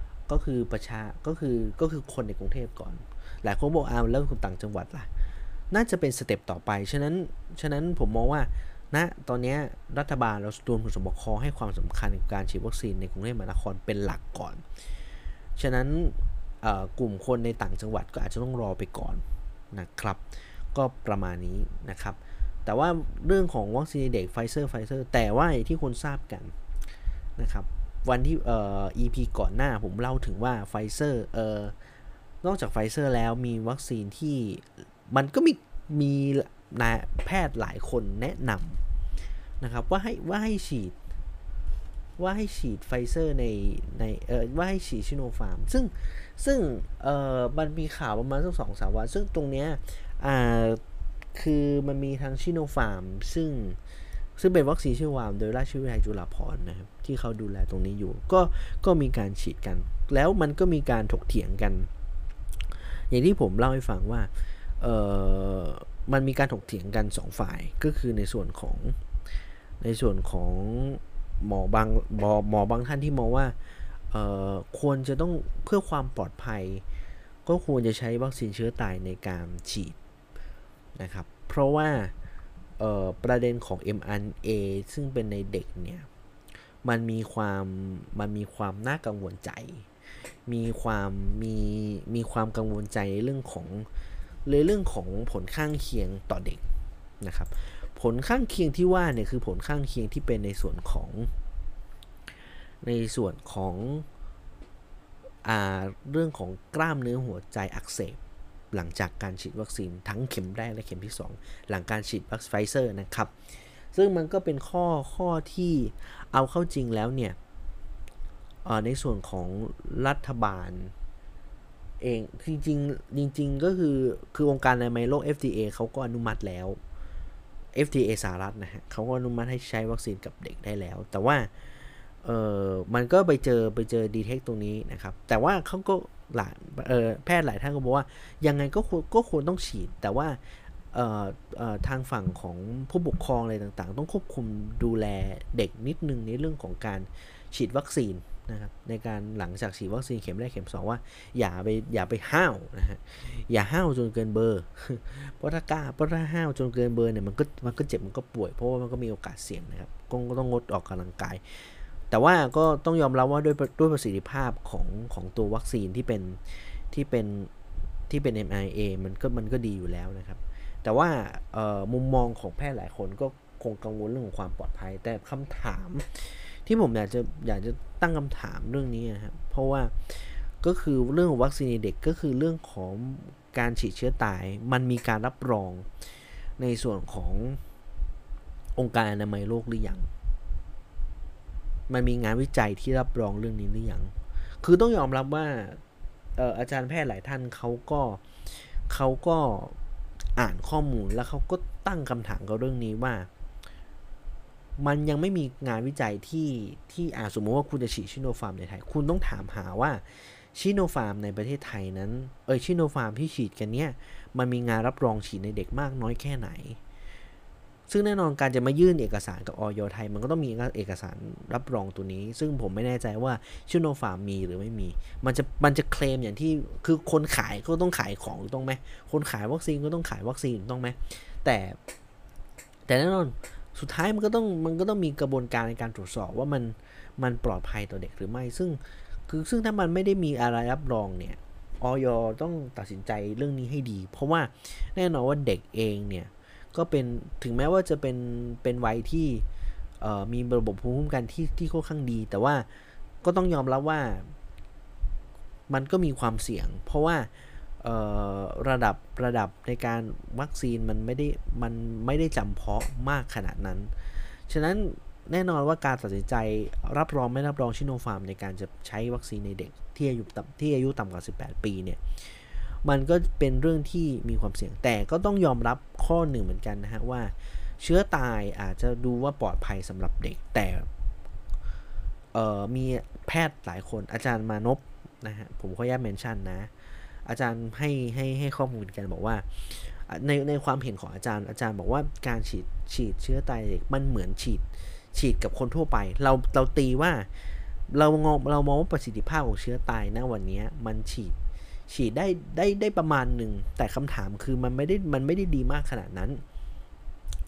คนในกรุงเทพก่อนหลายคนบอกแล้วคนต่างจังหวัดล่ะน่าจะเป็นสเต็ปต่อไปฉะนั้นผมมองว่าณตอนนี้รัฐบาลเรารวมถึงสบคให้ความสำคัญกับการฉีดวัคซีนในกรุงเทพมหานครเป็นหลักก่อนฉะนั้นกลุ่มคนในต่างจังหวัดก็อาจจะต้องรอไปก่อนนะครับก็ประมาณนี้นะครับแต่ว่าเรื่องของวัคซีนเด็กไฟเซอร์แต่ว่าที่คนทราบกันนะครับวันที่EP ก่อนหน้าผมเล่าถึงว่าไฟเซอร์นอกจากไฟเซอร์แล้วมีวัคซีนที่มันก็มีนายแพทย์หลายคนแนะนำนะครับว่าให้ฉีดไฟเซอร์ในว่าให้ฉีดชิโนฟาร์มซึ่งมันมีข่าวประมาณสัก2-3 วันซึ่งตรงเนี้ยคือมันมีทางชิโนฟาร์มซึ่งเป็นวัคซีนชิโนฟาร์มโดยราชวิทยาลัยจุฬาภรณ์นะครับที่เขาดูแลตรงนี้อยู่ก็มีการฉีดกันแล้วมันก็มีการถกเถียงกันอย่างที่ผมเล่าให้ฟังว่ามันมีการถกเถียงกัน2ฝ่ายก็คือในส่วนของหมอบางท่านที่มองว่าควรจะต้องเพื่อความปลอดภัยก็ควรจะใช้วัคซีนเชื้อตายในการฉีดนะครับเพราะว่าประเด็นของ mRNA ซึ่งเป็นในเด็กเนี่ยมันมีความน่ากังวลใจมีความกังวลใจในเรื่องของผลข้างเคียงต่อเด็กนะครับผลข้างเคียงที่ว่าเนี่ยคือผลข้างเคียงที่เป็นในส่วนของเรื่องของกล้ามเนื้อหัวใจอักเสบหลังจากการฉีดวัคซีนทั้งเข็มแรกและเข็มที่2หลังการฉีดวัคซีนไฟเซอร์นะครับซึ่งมันก็เป็นข้อที่เอาเข้าจริงแล้วเนี่ยในส่วนของรัฐบาลเองจริงก็คือองค์การอนามัยโลก FDA เขาก็อนุมัติแล้ว FDA สหรัฐนะฮะเขาก็อนุมัติให้ใช้วัคซีนกับเด็กได้แล้วแต่ว่ามันก็ไปเจอดีเทคตรงนี้นะครับแต่ว่าเขาก็แพทย์หลายท่านก็บอกว่ายังไงก็ควรต้องฉีดแต่ว่าทางฝั่งของผู้ปกครองอะไรต่างๆต้องควบคุมดูแลเด็กนิดนึงในเรื่องของการฉีดวัคซีนนะครับในการหลังจากฉีดวัคซีนเข็มแรกเข็ม2ว่าอย่าไปห้าวนะฮะอย่าห้าวจนเกินเบอร์เพราะถ้าห้าวจนเกินเบอร์เนี่ยมันก็เจ็บมันก็ป่วยเพราะว่ามันก็มีโอกาสเสี่ยงนะครับก็ต้องงดออกกำลังกายแต่ว่าก็ต้องยอมรับว่าด้วยประสิทธิภาพของตัววัคซีนที่เป็น mRNA มันก็ดีอยู่แล้วนะครับแต่ว่ามุมมองของแพทย์หลายคนก็คงกังวลเรื่องของความปลอดภัยแต่คำถามที่ผมอยากจะตั้งคำถามเรื่องนี้นะครับเพราะว่าก็คือเรื่องของวัคซีนเด็กก็คือเรื่องของการฉีดเชื้อตายมันมีการรับรองในส่วนขององค์การอนามัยโลกหรือยังมันมีงานวิจัยที่รับรองเรื่องนี้หรือยังคือต้องยอมรับว่าอาจารย์แพทย์หลายท่านเขาก็อ่านข้อมูลแล้วเขาก็ตั้งคำถามกับเรื่องนี้ว่ามันยังไม่มีงานวิจัยที่สมมติว่าคุณจะฉีดชิโนฟาร์มในไทยคุณต้องถามหาว่าชิโนฟาร์มในประเทศไทยนั้นชิโนฟาร์มที่ฉีดกันเนี่ยมันมีงานรับรองฉีดในเด็กมากน้อยแค่ไหนซึ่งแน่นอนการจะมายื่นเอกสารกับอย.ไทยมันก็ต้องมีเอกสารรับรองตัวนี้ซึ่งผมไม่แน่ใจว่าชิโนฟาร์มมีหรือไม่มีมันจะเคลมอย่างที่คือคนขายก็ต้องขายของถูกต้องไหมคนขายวัคซีนก็ต้องขายวัคซีนถูกต้องไหมแต่แน่นอนสุดท้ายมันก็ต้องมีกระบวนการในการตรวจสอบว่ามันปลอดภัยต่อเด็กหรือไม่ซึ่งถ้ามันไม่ได้มีอะไรรับรองเนี่ยอย.ต้องตัดสินใจเรื่องนี้ให้ดีเพราะว่าแน่นอนว่าเด็กเองเนี่ยก็เป็นถึงแม้ว่าจะเป็นวัยที่มีระบบภูมิคุ้มกันที่ค่อนข้างดีแต่ว่าก็ต้องยอมรับว่ามันก็มีความเสี่ยงเพราะว่าระดับในการวัคซีนมันไม่ได้จำเพาะมากขนาดนั้นฉะนั้นแน่นอนว่าการตัดสินใจรับรองไม่รับรองชิโนฟาร์มในการจะใช้วัคซีนในเด็กที่อายุต่ำกว่า18 ปีเนี่ยมันก็เป็นเรื่องที่มีความเสี่ยงแต่ก็ต้องยอมรับข้อหนึ่งเหมือนกันนะฮะว่าเชื้อตายอาจจะดูว่าปลอดภัยสำหรับเด็กแต่มีแพทย์หลายคนอาจารย์มานพนะฮะผมขออนุญาตเมนชั่นนะอาจารย์ให้ข้อมูลกันบอกว่าในความเห็นของอาจารย์บอกว่าการฉีดเชื้อตายเด็กมันเหมือนฉีดกับคนทั่วไปเราตีว่าเรามองว่าประสิทธิภาพของเชื้อตายณวันนี้มันฉีดได้ประมาณหนึ่งแต่คำถามคือมันไม่ได้ดีมากขนาดนั้น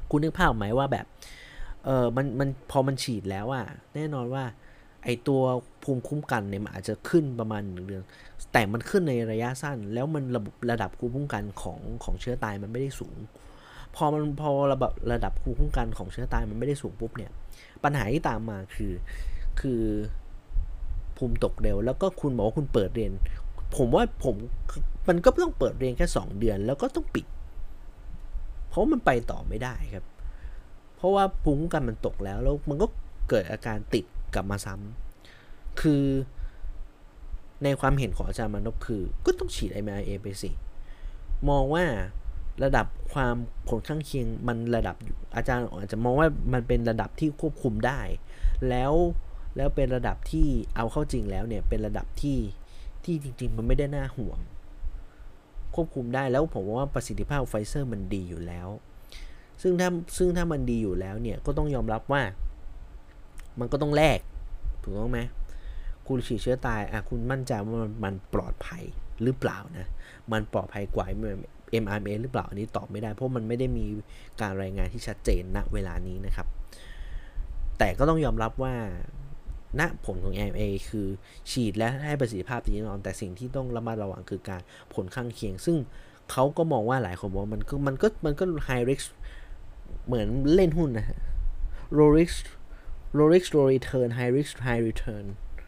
คุณนึกภาพออกไหมว่าแบบมันพอมันฉีดแล้วอะแน่นอนว่าไอตัวภูมิคุ้มกันเนี่ยมันอาจจะขึ้นประมาณ1 เดือนแต่มันขึ้นในระยะสั้นแล้วมันระดับภูมิคุ้มกันของเชื้อตายมันไม่ได้สูงพอระดับภูมิคุ้มกันของเชื้อตายมันไม่ได้สูงปุ๊บเนี่ยปัญหาที่ตามมาคือภูมิตกเร็วแล้วก็คุณบอกว่าคุณเปิดเรียนผมว่ามันก็ต้องเปิดเรียนแค่2 เดือนแล้วก็ต้องปิดเพราะมันไปต่อไม่ได้ครับเพราะว่าภูมิคุ้มกันมันตกแล้วมันก็เกิดอาการติดกลับมาซ้ำคือในความเห็นของอาจารย์มานพคือก็ต้องฉีด mRNA ไปสิมองว่าระดับความผลข้างเคียงมันระดับอาจารย์อาจจะมองว่ามันเป็นระดับที่ควบคุมได้แล้วเป็นระดับที่เอาเข้าจริงแล้วเนี่ยเป็นระดับที่จริงๆมันไม่ได้น่าห่วงควบคุมได้แล้วผมว่าประสิทธิภาพไฟเซอร์มันดีอยู่แล้วซึ่งถ้ามันดีอยู่แล้วเนี่ยก็ต้องยอมรับว่ามันก็ต้องแลกถูกต้องไหมคุณฉีดเชื้อตายคุณมั่นใจว่ามันปลอดภัยหรือเปล่านะมันปลอดภัยกว่า mRNA หรือเปล่าอันนี้ตอบไม่ได้เพราะมันไม่ได้มีการรายงานที่ชัดเจนณเวลานี้นะครับแต่ก็ต้องยอมรับว่าณผลของ mRNA คือฉีดและให้ประสิทธิภาพดีแน่นอนแต่สิ่งที่ต้องระมัดระวังคือการผลข้างเคียงซึ่งเขาก็มองว่าหลายคนบอกว่ามันก็ high risk เหมือนเล่นหุ้นนะฮะ low risk low return high risk high return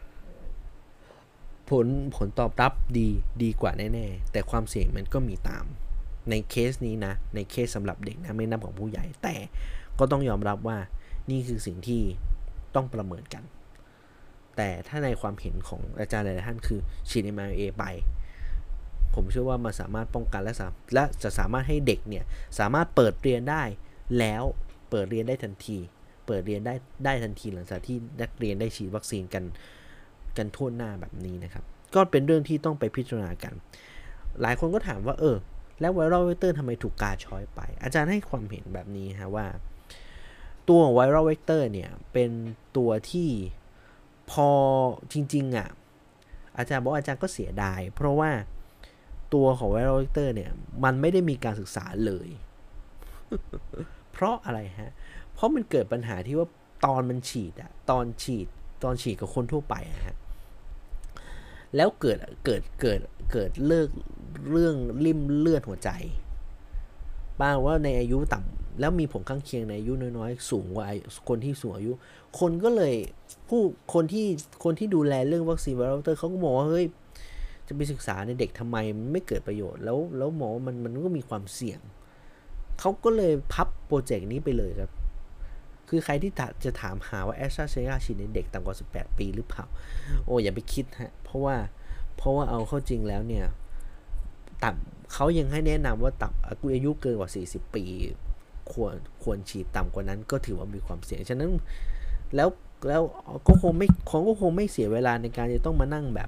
ผลตอบรับดีกว่าแน่ๆแต่ความเสี่ยงมันก็มีตามในเคสนี้นะในเคสสำหรับเด็กนะไม่นับของผู้ใหญ่แต่ก็ต้องยอมรับว่านี่คือสิ่งที่ต้องประเมินกันแต่ถ้าในความเห็นของอาจารย์หลายท่านคือฉีด mRNA ไปผมเชื่อว่ามันสามารถป้องกันและจะสามารถให้เด็กเนี่ยสามารถเปิดเรียนได้แล้วเปิดเรียนได้ทันทีเปิดเรียนได้ทันทีหลังจากที่นักเรียนได้ฉีดวัคซีนกันทั่วหน้าแบบนี้นะครับก็เป็นเรื่องที่ต้องไปพิจารณากันหลายคนก็ถามว่าแล้วไวรัลเวกเตอร์ทำไมถูกกาช้อยไปอาจารย์ให้ความเห็นแบบนี้ฮะว่าตัวไวรัลเวกเตอร์เนี่ยเป็นตัวที่พอจริงๆอาจารย์บอกอาจารย์ก็เสียดายเพราะว่าตัวของไวรัลเวกเตอร์เนี่ยมันไม่ได้มีการศึกษาเลย เพราะอะไรฮะเพราะมันเกิดปัญหาที่ว่าตอนมันฉีดตอนฉีดกับคนทั่วไปฮะแล้วเกิดเรื่องริ่มเลือดหัวใจบ้างว่าในอายุต่ำแล้วมีผลข้างเคียงในอายุน้อยๆสูงกว่าคนที่สูงอายุคนก็เลยคนที่ดูแลเรื่องวัคซีนไวรัลเตอร์เขาก็มองว่าเฮ้ยจะไปศึกษาในเด็กทำไมมันไม่เกิดประโยชน์แล้วหมอมันก็มีความเสี่ยงเขาก็เลยพับโปรเจกต์นี้ไปเลยครับคือใครที่จะถามหาว่าแอสตราเซเนกาฉีดในเด็กต่ำกว่า18 ปีหรือเปล่าโอ้อย่าไปคิดฮะเพราะว่าเอาเข้าจริงแล้วเนี่ยเขายังให้แนะนำว่าอายุเกินกว่า40 ปีควรฉีดต่ำกว่านั้นก็ถือว่ามีความเสี่ยงฉะนั้นแล้วก็คงไม่เสียเวลาในการจะต้องมานั่งแบบ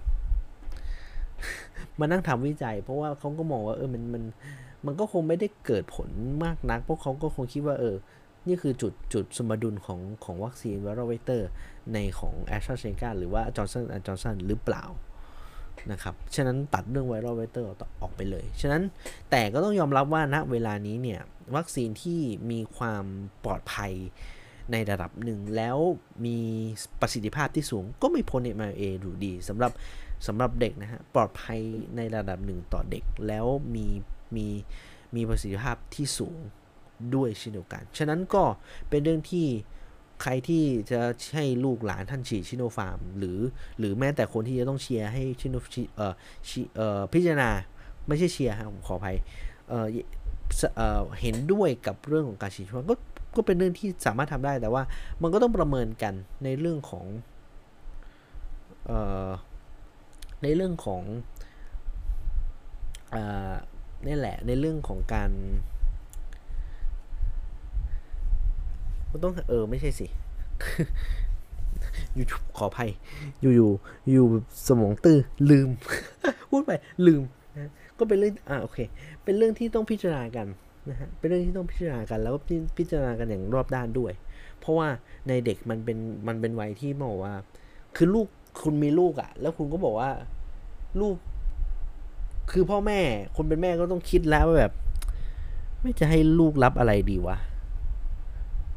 มานั่งทำวิจัยเพราะว่าเขาก็มองว่ามันก็คงไม่ได้เกิดผลมากนักเพราะเขาก็คงคิดว่านี่คือจุดสมดุลของวัคซีนไวรัลเวกเตอร์ในของ AstraZeneca หรือว่า Johnson หรือเปล่านะครับฉะนั้นตัดเรื่องไวรัลเวกเตอร์ออกไปเลยฉะนั้นแต่ก็ต้องยอมรับว่าณเวลานี้เนี่ยวัคซีนที่มีความปลอดภัยในระดับหนึ่งแล้วมีประสิทธิภาพที่สูงก็ไม่พ้น mRNA อยู่ดีสำหรับเด็กนะฮะปลอดภัยในระดับหนึ่งต่อเด็กแล้วมีประสิทธิภาพที่สูงด้วยเช่นเดียวกันฉะนั้นก็เป็นเรื่องที่ใครที่จะให้ลูกหลานท่านฉีดชิโนฟาร์มหรือแม้แต่คนที่จะต้องเชียร์ให้ชิโนพิจารณาไม่ใช่เชียร์ครับผมขออภัยเห็นด้วยกับเรื่องของการฉีดชิโนฟาร์มก็เป็นเรื่องที่สามารถทำได้แต่ว่ามันก็ต้องประเมินกันในเรื่องของนี่แหละในเรื่องของการก็ต้องไม่ใช่สิอยู่ขออภัยอยู่สมองตื้อลืม พูดไปลืมนะก็เป็นเรื่องโอเคเป็นเรื่องที่ต้องพิจารณากันนะฮะเป็นเรื่องที่ต้องพิจารณากันแล้วก็พิจารณากันอย่างรอบด้านด้วยเพราะว่าในเด็กมันเป็นวัยที่บอกว่าคือลูกคุณมีลูกแล้วคุณก็บอกว่าลูกคือพ่อแม่คนเป็นแม่ก็ต้องคิดแล้วว่าแบบไม่จะให้ลูกรับอะไรดีวะ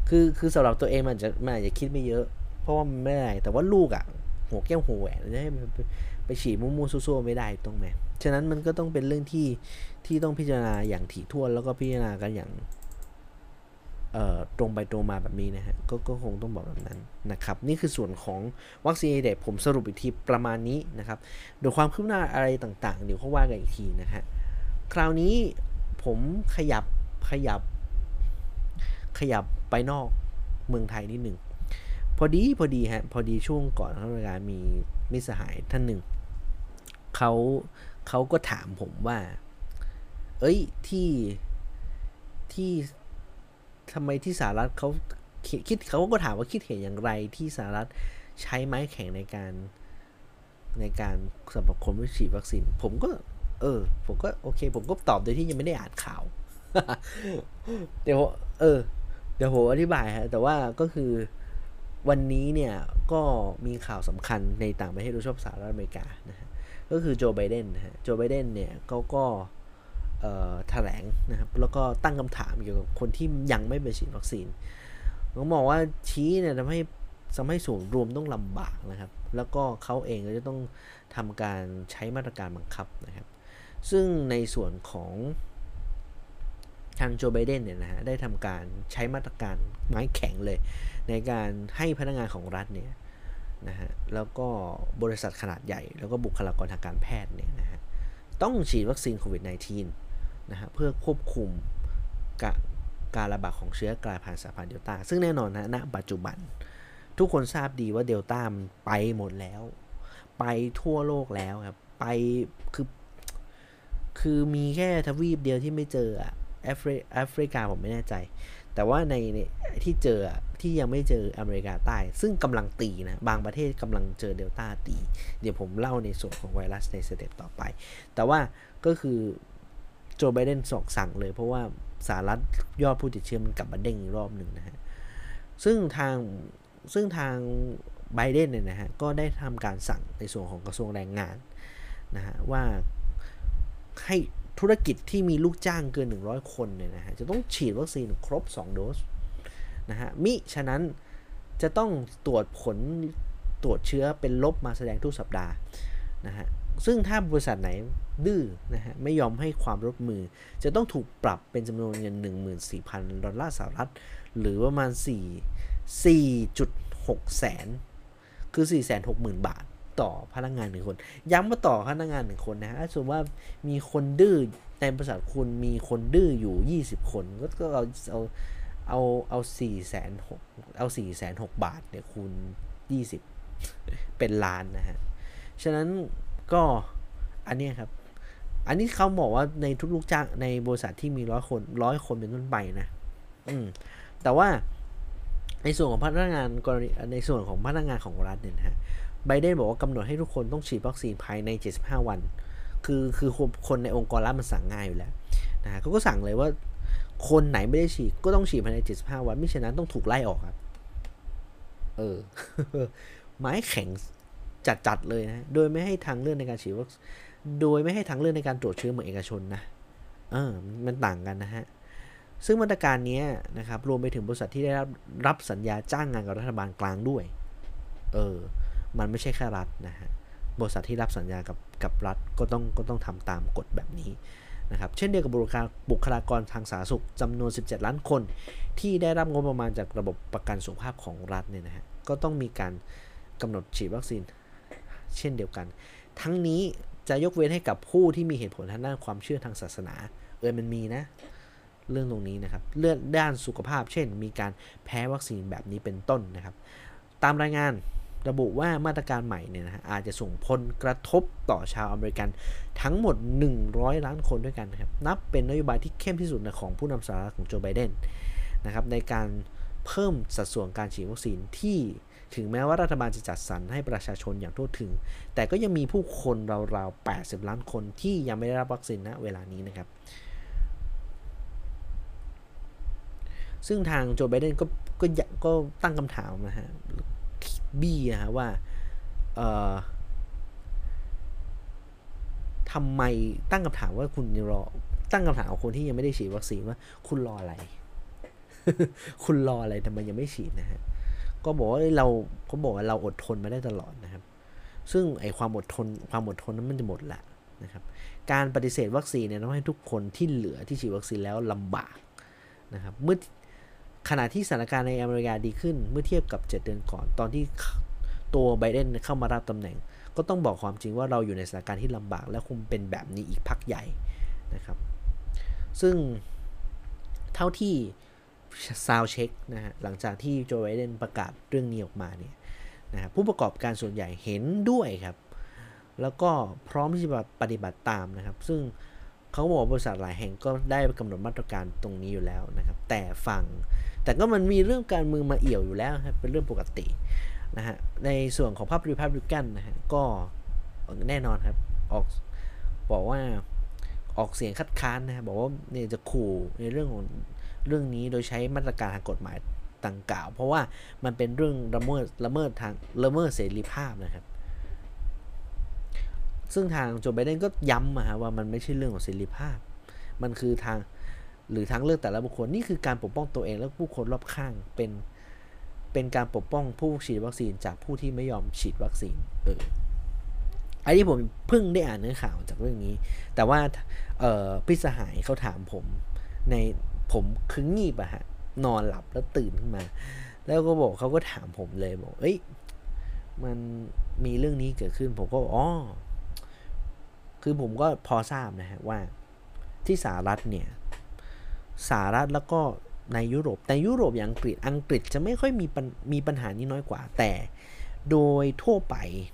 คือสำหรับตัวเองมันอาจจะคิดไม่เยอะเพราะว่ามันไม่ได้แต่ว่าลูกหัวแก้วหัวแหวนจะให้ไปฉีดมั่วๆซั่วๆไม่ได้ตรงไหมฉะนั้นมันก็ต้องเป็นเรื่องที่ต้องพิจารณาอย่างถี่ถ้วนแล้วก็พิจารณากันอย่างตรงไปตรงมาแบบนี้นะฮะก็คงต้องบอกแบบนั้นนะครับนี่คือส่วนของวัคซีนเด็กผมสรุปอีกทีประมาณนี้นะครับโดยความคืบหน้าอะไรต่างๆเดี๋ยวเขาว่ากันอีกทีนะฮะคราวนี้ผมขยับไปนอกเมืองไทยนิดหนึ่งพอดีฮะพอดีช่วงก่อนเข้ารายการมีมิตรสหายท่านหนึ่งเขาเขาก็ถามผมว่าเอ้ยที่ทำไมที่สหรัฐเขาก็ถามว่าคิดเห็นอย่างไรที่สหรัฐใช้ไม้แข็งในการสำหรับคนที่ฉีดวัคซีนผมก็โอเคผมก็ตอบโดยที่ยังไม่ได้อ่านข่าวเดี๋ยวเดี๋ยวผมอธิบายฮะแต่ว่าก็คือวันนี้เนี่ยก็มีข่าวสำคัญในต่างประเทศโดยเฉพาะสหรัฐอเมริกานะฮะก็คือโจไบเดนนะฮะโจไบเดนเนี่ยเขาก็แถลงนะครับแล้วก็ตั้งคำถามเกี่ยวกับคนที่ยังไม่ไปฉีดวัคซีนเขาบอกว่าชี้เนี่ยทำให้ส่วนรวมต้องลำบากนะครับแล้วก็เขาเองก็จะต้องทำการใช้มาตรการบังคับนะครับซึ่งในส่วนของทางโจไบเดนเนี่ยนะฮะได้ทำการใช้มาตรการไม้แข็งเลยในการให้พนักงานของรัฐเนี่ยนะฮะแล้วก็บริษัทขนาดใหญ่แล้วก็บุคลากรทางการแพทย์เนี่ยนะฮะต้องฉีดวัคซีนโควิด -19 นะฮะเพื่อควบคุมการระบาดของเชื้อกลายพันธุ์สายพันธุ์เดลต้าซึ่งแน่นอนนะณปัจจุบันทุกคนทราบดีว่าเดลต้ามันไปหมดแล้วไปทั่วโลกแล้วครับไปคือมีแค่ทวีปเดียวที่ไม่เจอแอฟริกาผมไม่แน่ใจแต่ว่าในที่เจอที่ยังไม่เจออเมริกาใต้ซึ่งกำลังตีนะบางประเทศกำลังเจอเดลต้าตีเดี๋ยวผมเล่าในส่วนของไวรัสในสเต็ปต่อไปแต่ว่าก็คือโจไบเดนสั่งเลยเพราะว่าสหรัฐยอดผู้ติดเชื้อมันกลับมาเด้งอีกรอบหนึ่งนะฮะซึ่งทางไบเดนเนี่ยนะฮะก็ได้ทำการสั่งในส่วนของกระทรวงแรงงานนะฮะว่าให้ธุรกิจที่มีลูกจ้างเกิน100คนเนี่ยนะฮะจะต้องฉีดวัคซีนครบ2โดสนะฮะมิฉะนั้นจะต้องตรวจเชื้อเป็นลบมาแสดงทุกสัปดาห์นะฮะซึ่งถ้าบริษัทไหนดื้อนะฮะไม่ยอมให้ความร่วมมือจะต้องถูกปรับเป็นจำนวนเงิน $14,000 ดอลลาร์สหรัฐหรือประมาณ4.6 แสนคือ 460,000 บาทต่อพนักงาน1คนย้ำว่าต่อพนักงาน1คนนะฮะสมมติว่ามีคนดื้อในบริษัทคุณมีคนดื้ออยู่20คนก็เอา460,000 บาทเนี่ยคูณ20เป็นล้านนะฮะฉะนั้นก็อันนี้ครับอันนี้เขาบอกว่าในทุกลูกจ้างในบริษัทที่มี100 คนเป็นต้นไปนะแต่ว่าในส่วนของพนักงานในส่วนของพนักงานของรัฐเนี่ยนะฮะไบเดนบอกว่ากำหนดให้ทุกคนต้องฉีดวัคซีนภายใน75 วันคือคนในองค์กรรัฐมันสั่งง่ายอยู่แล้วนะฮะเขาก็สั่งเลยว่าคนไหนไม่ได้ฉีดก็ต้องฉีดภายใน75 วันมิฉะนั้นต้องถูกไล่ออกครับไม้แข็งจัดเลยนะโดยไม่ให้ทางเลือกในการฉีดวัคซีนโดยไม่ให้ทางเลือกในการตรวจเชื้อเหมือนเอกชนนะมันต่างกันนะฮะซึ่งมาตรการนี้นะครับรวมไปถึงบริษัทที่ได้รับสัญญาจ้างงานกับรัฐบาลกลางด้วยมันไม่ใช่แค่รัฐนะฮะบริษัทที่รับสัญญากับรัฐก็ต้องทำตามกฎแบบนี้นะครับเช่นเดียวกับบุคลากรทางสาธารณสุขจำนวน17 ล้านคนที่ได้รับงบประมาณจากระบบประกันสุขภาพของรัฐเนี่ยนะฮะก็ต้องมีการกำหนดฉีดวัคซีนเช่นเดียวกันทั้งนี้จะยกเว้นให้กับผู้ที่มีเหตุผลทางด้านความเชื่อทางศาสนามันมีนะเรื่องตรงนี้นะครับเรื่องด้านสุขภาพเช่นมีการแพ้วัคซีนแบบนี้เป็นต้นนะครับตามรายงานระบุว่ามาตรการใหม่เนี่ยนะฮะอาจจะส่งผลกระทบต่อชาวอเมริกันทั้งหมด100 ล้านคนด้วยกันนะครับนับเป็นนโยบายที่เข้มที่สุดของผู้นำสหรัฐของโจไบเดนนะครับในการเพิ่มสัดส่วนการฉีดวัคซีนที่ถึงแม้ว่ารัฐบาลจะจัดสรรให้ประชาชนอย่างทั่วถึงแต่ก็ยังมีผู้คนราวๆ80 ล้านคนที่ยังไม่ได้รับวัคซีนณเวลานี้นะครับซึ่งทางโจไบเดนก็ตั้งคำถามนะฮะบี้นะฮะว่าทำไมตั้งคำถามว่าคุณรอตั้งคำถามของคนที่ยังไม่ได้ฉีดวัคซีนว่าคุณรออะไรคุณรออะไรทำไมยังไม่ฉีดนะฮะก็บอกว่าเราอดทนมาได้ตลอดนะครับซึ่งไอความอดทนนั้นมันจะหมดละนะครับการปฏิเสธวัคซีนเนี่ยทำให้ทุกคนที่เหลือที่ฉีดวัคซีนแล้วลำบากนะครับเมื่อขณะที่สถานการณ์ในอเมริกาดีขึ้นเมื่อเทียบกับ7 เดือนก่อนตอนที่ตัวไบเดนเข้ามารับตำแหน่งก็ต้องบอกความจริงว่าเราอยู่ในสถานการณ์ที่ลำบากและคงเป็นแบบนี้อีกพักใหญ่นะครับซึ่งเท่าที่ซาวเช็คนะฮะหลังจากที่โจไบเดนประกาศเรื่องนี้ออกมาเนี่ยนะผู้ประกอบการส่วนใหญ่เห็นด้วยครับแล้วก็พร้อมที่จะปฏิบัติตามนะครับซึ่งเขาบอกบริษัทหลายแห่งก็ได้กำหนดมาตรการตรงนี้อยู่แล้วนะครับแต่ก็มันมีเรื่องการเมืองมาเอี่ยวอยู่แล้วครับเป็นเรื่องปกตินะฮะในส่วนของพรรครีพับลิกันนะฮะก็แน่นอนครับบอกว่าออกเสียงคัดค้านนะบอกว่าเนี่ยจะขู่ในเรื่องนี้โดยใช้มาตรการทางกฎหมายดังกล่าวเพราะว่ามันเป็นเรื่องละเมิดเสรีภาพนะครับซึ่งทางโจไบเดนก็ย้ำว่ามันไม่ใช่เรื่องของเสรีภาพมันคือทางเลือกแต่ละบุคคลนี่คือการปกป้องตัวเองและผู้คนรอบข้างเป็นการปกป้องผู้ฉีดวัคซีนจากผู้ที่ไม่ยอมฉีดวัคซีนอันนี้ผมเพิ่งได้อ่านเนื้อข่าวจากเรื่องนี้แต่ว่าพี่สหายเขาถามผมผมคืองีบนอนหลับแล้วตื่นขึ้นมาแล้วก็บอกเขาก็ถามผมเลยบอกมันมีเรื่องนี้เกิดขึ้นผมก็คือผมก็พอทราบนะฮะว่าที่สหรัฐแล้วก็ในยุโรปอย่างอังกฤษจะไม่ค่อยมีปัญหานี้น้อยกว่าแต่โดยทั่วไป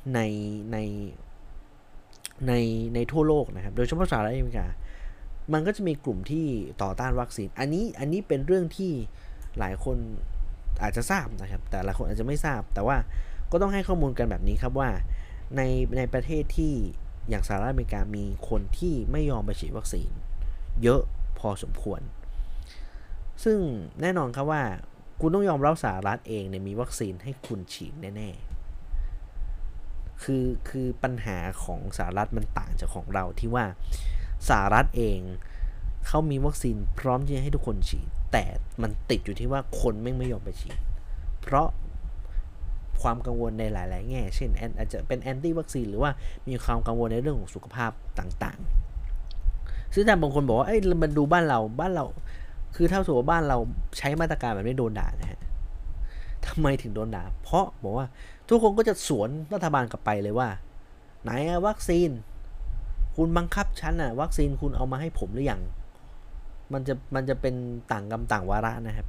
ในทั่วโลกนะครับโดยเฉพาะสหรัฐอเมริกามันก็จะมีกลุ่มที่ต่อต้านวัคซีนอันนี้เป็นเรื่องที่หลายคนอาจจะทราบนะครับแต่หลายคนอาจจะไม่ทราบแต่ว่าก็ต้องให้ข้อมูลกันแบบนี้ครับว่าในประเทศที่อย่างสหรัฐอเมริกามีคนที่ไม่ยอมไปฉีดวัคซีนเยอะพอสมควรซึ่งแน่นอนครับว่าคุณต้องยอมรับสหรัฐเองเนี่ยมีวัคซีนให้คุณฉีดแน่ๆคือปัญหาของสหรัฐมันต่างจากของเราที่ว่าสหรัฐเองเขามีวัคซีนพร้อมที่จะให้ทุกคนฉีดแต่มันติดอยู่ที่ว่าคนไม่ยอมไปฉีดเพราะความกังวลในหลายๆแง่เช่นอาจจะเป็นแอนตี้วัคซีนหรือว่ามีความกังวลในเรื่องของสุขภาพต่างๆซึ่งแต่บางคนบอกว่ามันดูบ้านเราคือถ้าสมมติว่าบ้านเราใช้มาตรการแบบนี้โดนด่านะฮะทำไมถึงโดนด่าเพราะบอกว่าทุกคนก็จะสวนรัฐบาลกลับไปเลยว่าไหนวัคซีนคุณบังคับฉันวัคซีนคุณเอามาให้ผมหรือยังมันจะเป็นต่างกรรมต่างวาระนะครับ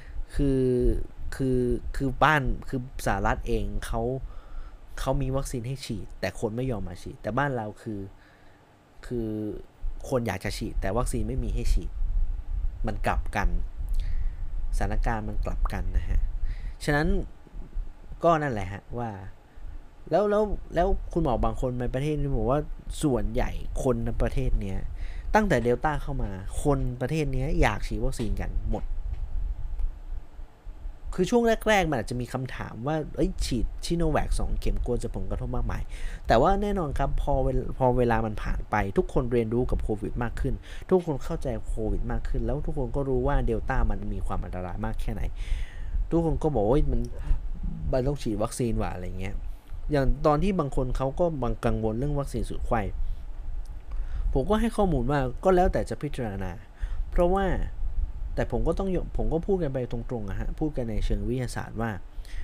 คือสหรัฐเองเขามีวัคซีนให้ฉีดแต่คนไม่ยอมมาฉีดแต่บ้านเราคือคนอยากจะฉีดแต่วัคซีนไม่มีให้ฉีดมันกลับกันสถานการณ์มันกลับกันนะฮะฉะนั้นก็นั่นแหละฮะว่าแล้วคุณหมอบางคนในประเทศนี้บอกว่าส่วนใหญ่คนในประเทศนี้ตั้งแต่เดลต้าเข้ามาคนประเทศนี้อยากฉีดวัคซีนกันหมดคือช่วงแรกๆมันอาจจะมีคำถามว่าฉีดชิโนแวค2 เข็มกลัวจะผลกระทบมากมายแต่ว่าแน่นอนครับพอเวลามันผ่านไปทุกคนเรียนรู้กับโควิดมากขึ้นทุกคนเข้าใจโควิดมากขึ้นแล้วทุกคนก็รู้ว่าเดลต้ามันมีความอันตรายมากแค่ไหนทุกคนก็บอกว่ามันต้องฉีดวัคซีนว่ะอะไรเงี้ยอย่างตอนที่บางคนเขาก็กังวลเรื่องวัคซีนสูตรไข้ผมก็ให้ข้อมูลว่าก็แล้วแต่จะพิจารณาเพราะว่าแต่ผมก็พูดกันไปตรงๆพูดกันในเชิงวิทยาศาสตร์ว่า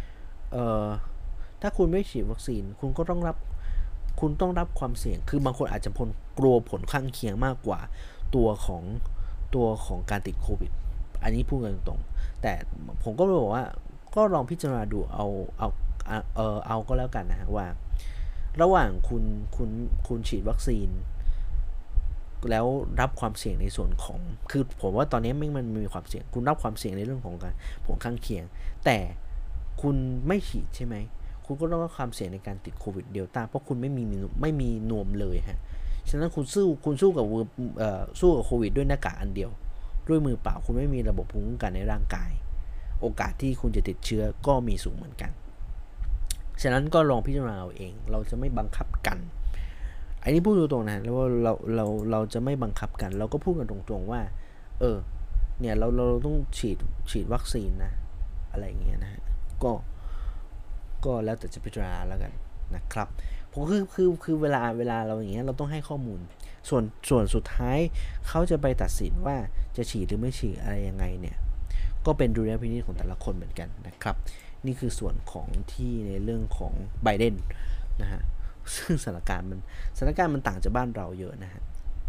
ถ้าคุณไม่ฉีดวัคซีนคุณต้องรับความเสี่ยงคือบางคนอาจจะกลัวผลข้างเคียงมากกว่าตัวของการติดโควิดอันนี้พูดกันตรงๆแต่ผมก็บอกว่าก็ลองพิจารณาดูเอาก็แล้วกันนะว่าระหว่างคุณฉีดวัคซีนแล้วรับความเสี่ยงในส่วนของคือผมว่าตอนนี้มันมีความเสี่ยงคุณรับความเสี่ยงในเรื่องของการผลข้างเคียงแต่คุณไม่ฉีดใช่ไหมคุณก็ต้องรับความเสี่ยงในการติดโควิดเดลต้าเพราะคุณไม่มีนวมเลยฮะฉะนั้นคุณสู้กับโควิดด้วยหน้ากากอันเดียวด้วยมือเปล่าคุณไม่มีระบบภูมิคุ้มกันในร่างกายโอกาสที่คุณจะติดเชื้อก็มีสูงเหมือนกันฉะนั้นก็ลองพิจารณาเอาเองเราจะไม่บังคับกันอันนี้พูดตรงๆนะแล้วว่าเราจะไม่บังคับกันเราก็พูดกันตรงๆว่าเนี่ยเราต้องฉีดวัคซีนนะอะไรอย่างเงี้ยนะฮะก็แล้วแต่จะพิจารณาแล้วกันนะครับผมคือเวลาเราอย่างเงี้ยเราต้องให้ข้อมูลส่วนสุดท้ายเขาจะไปตัดสินว่าจะฉีดหรือไม่ฉีดอะไรยังไงเนี่ยก็เป็นดุลยพินิจของแต่ละคนเหมือนกันนะครับนี่คือส่วนของที่ในเรื่องของไบเดนนะฮะซึ่งสถานการณ์มันต่างจากบ้านเราเยอะนะฮะ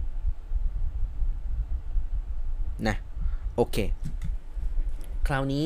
นะโอเคคราวนี้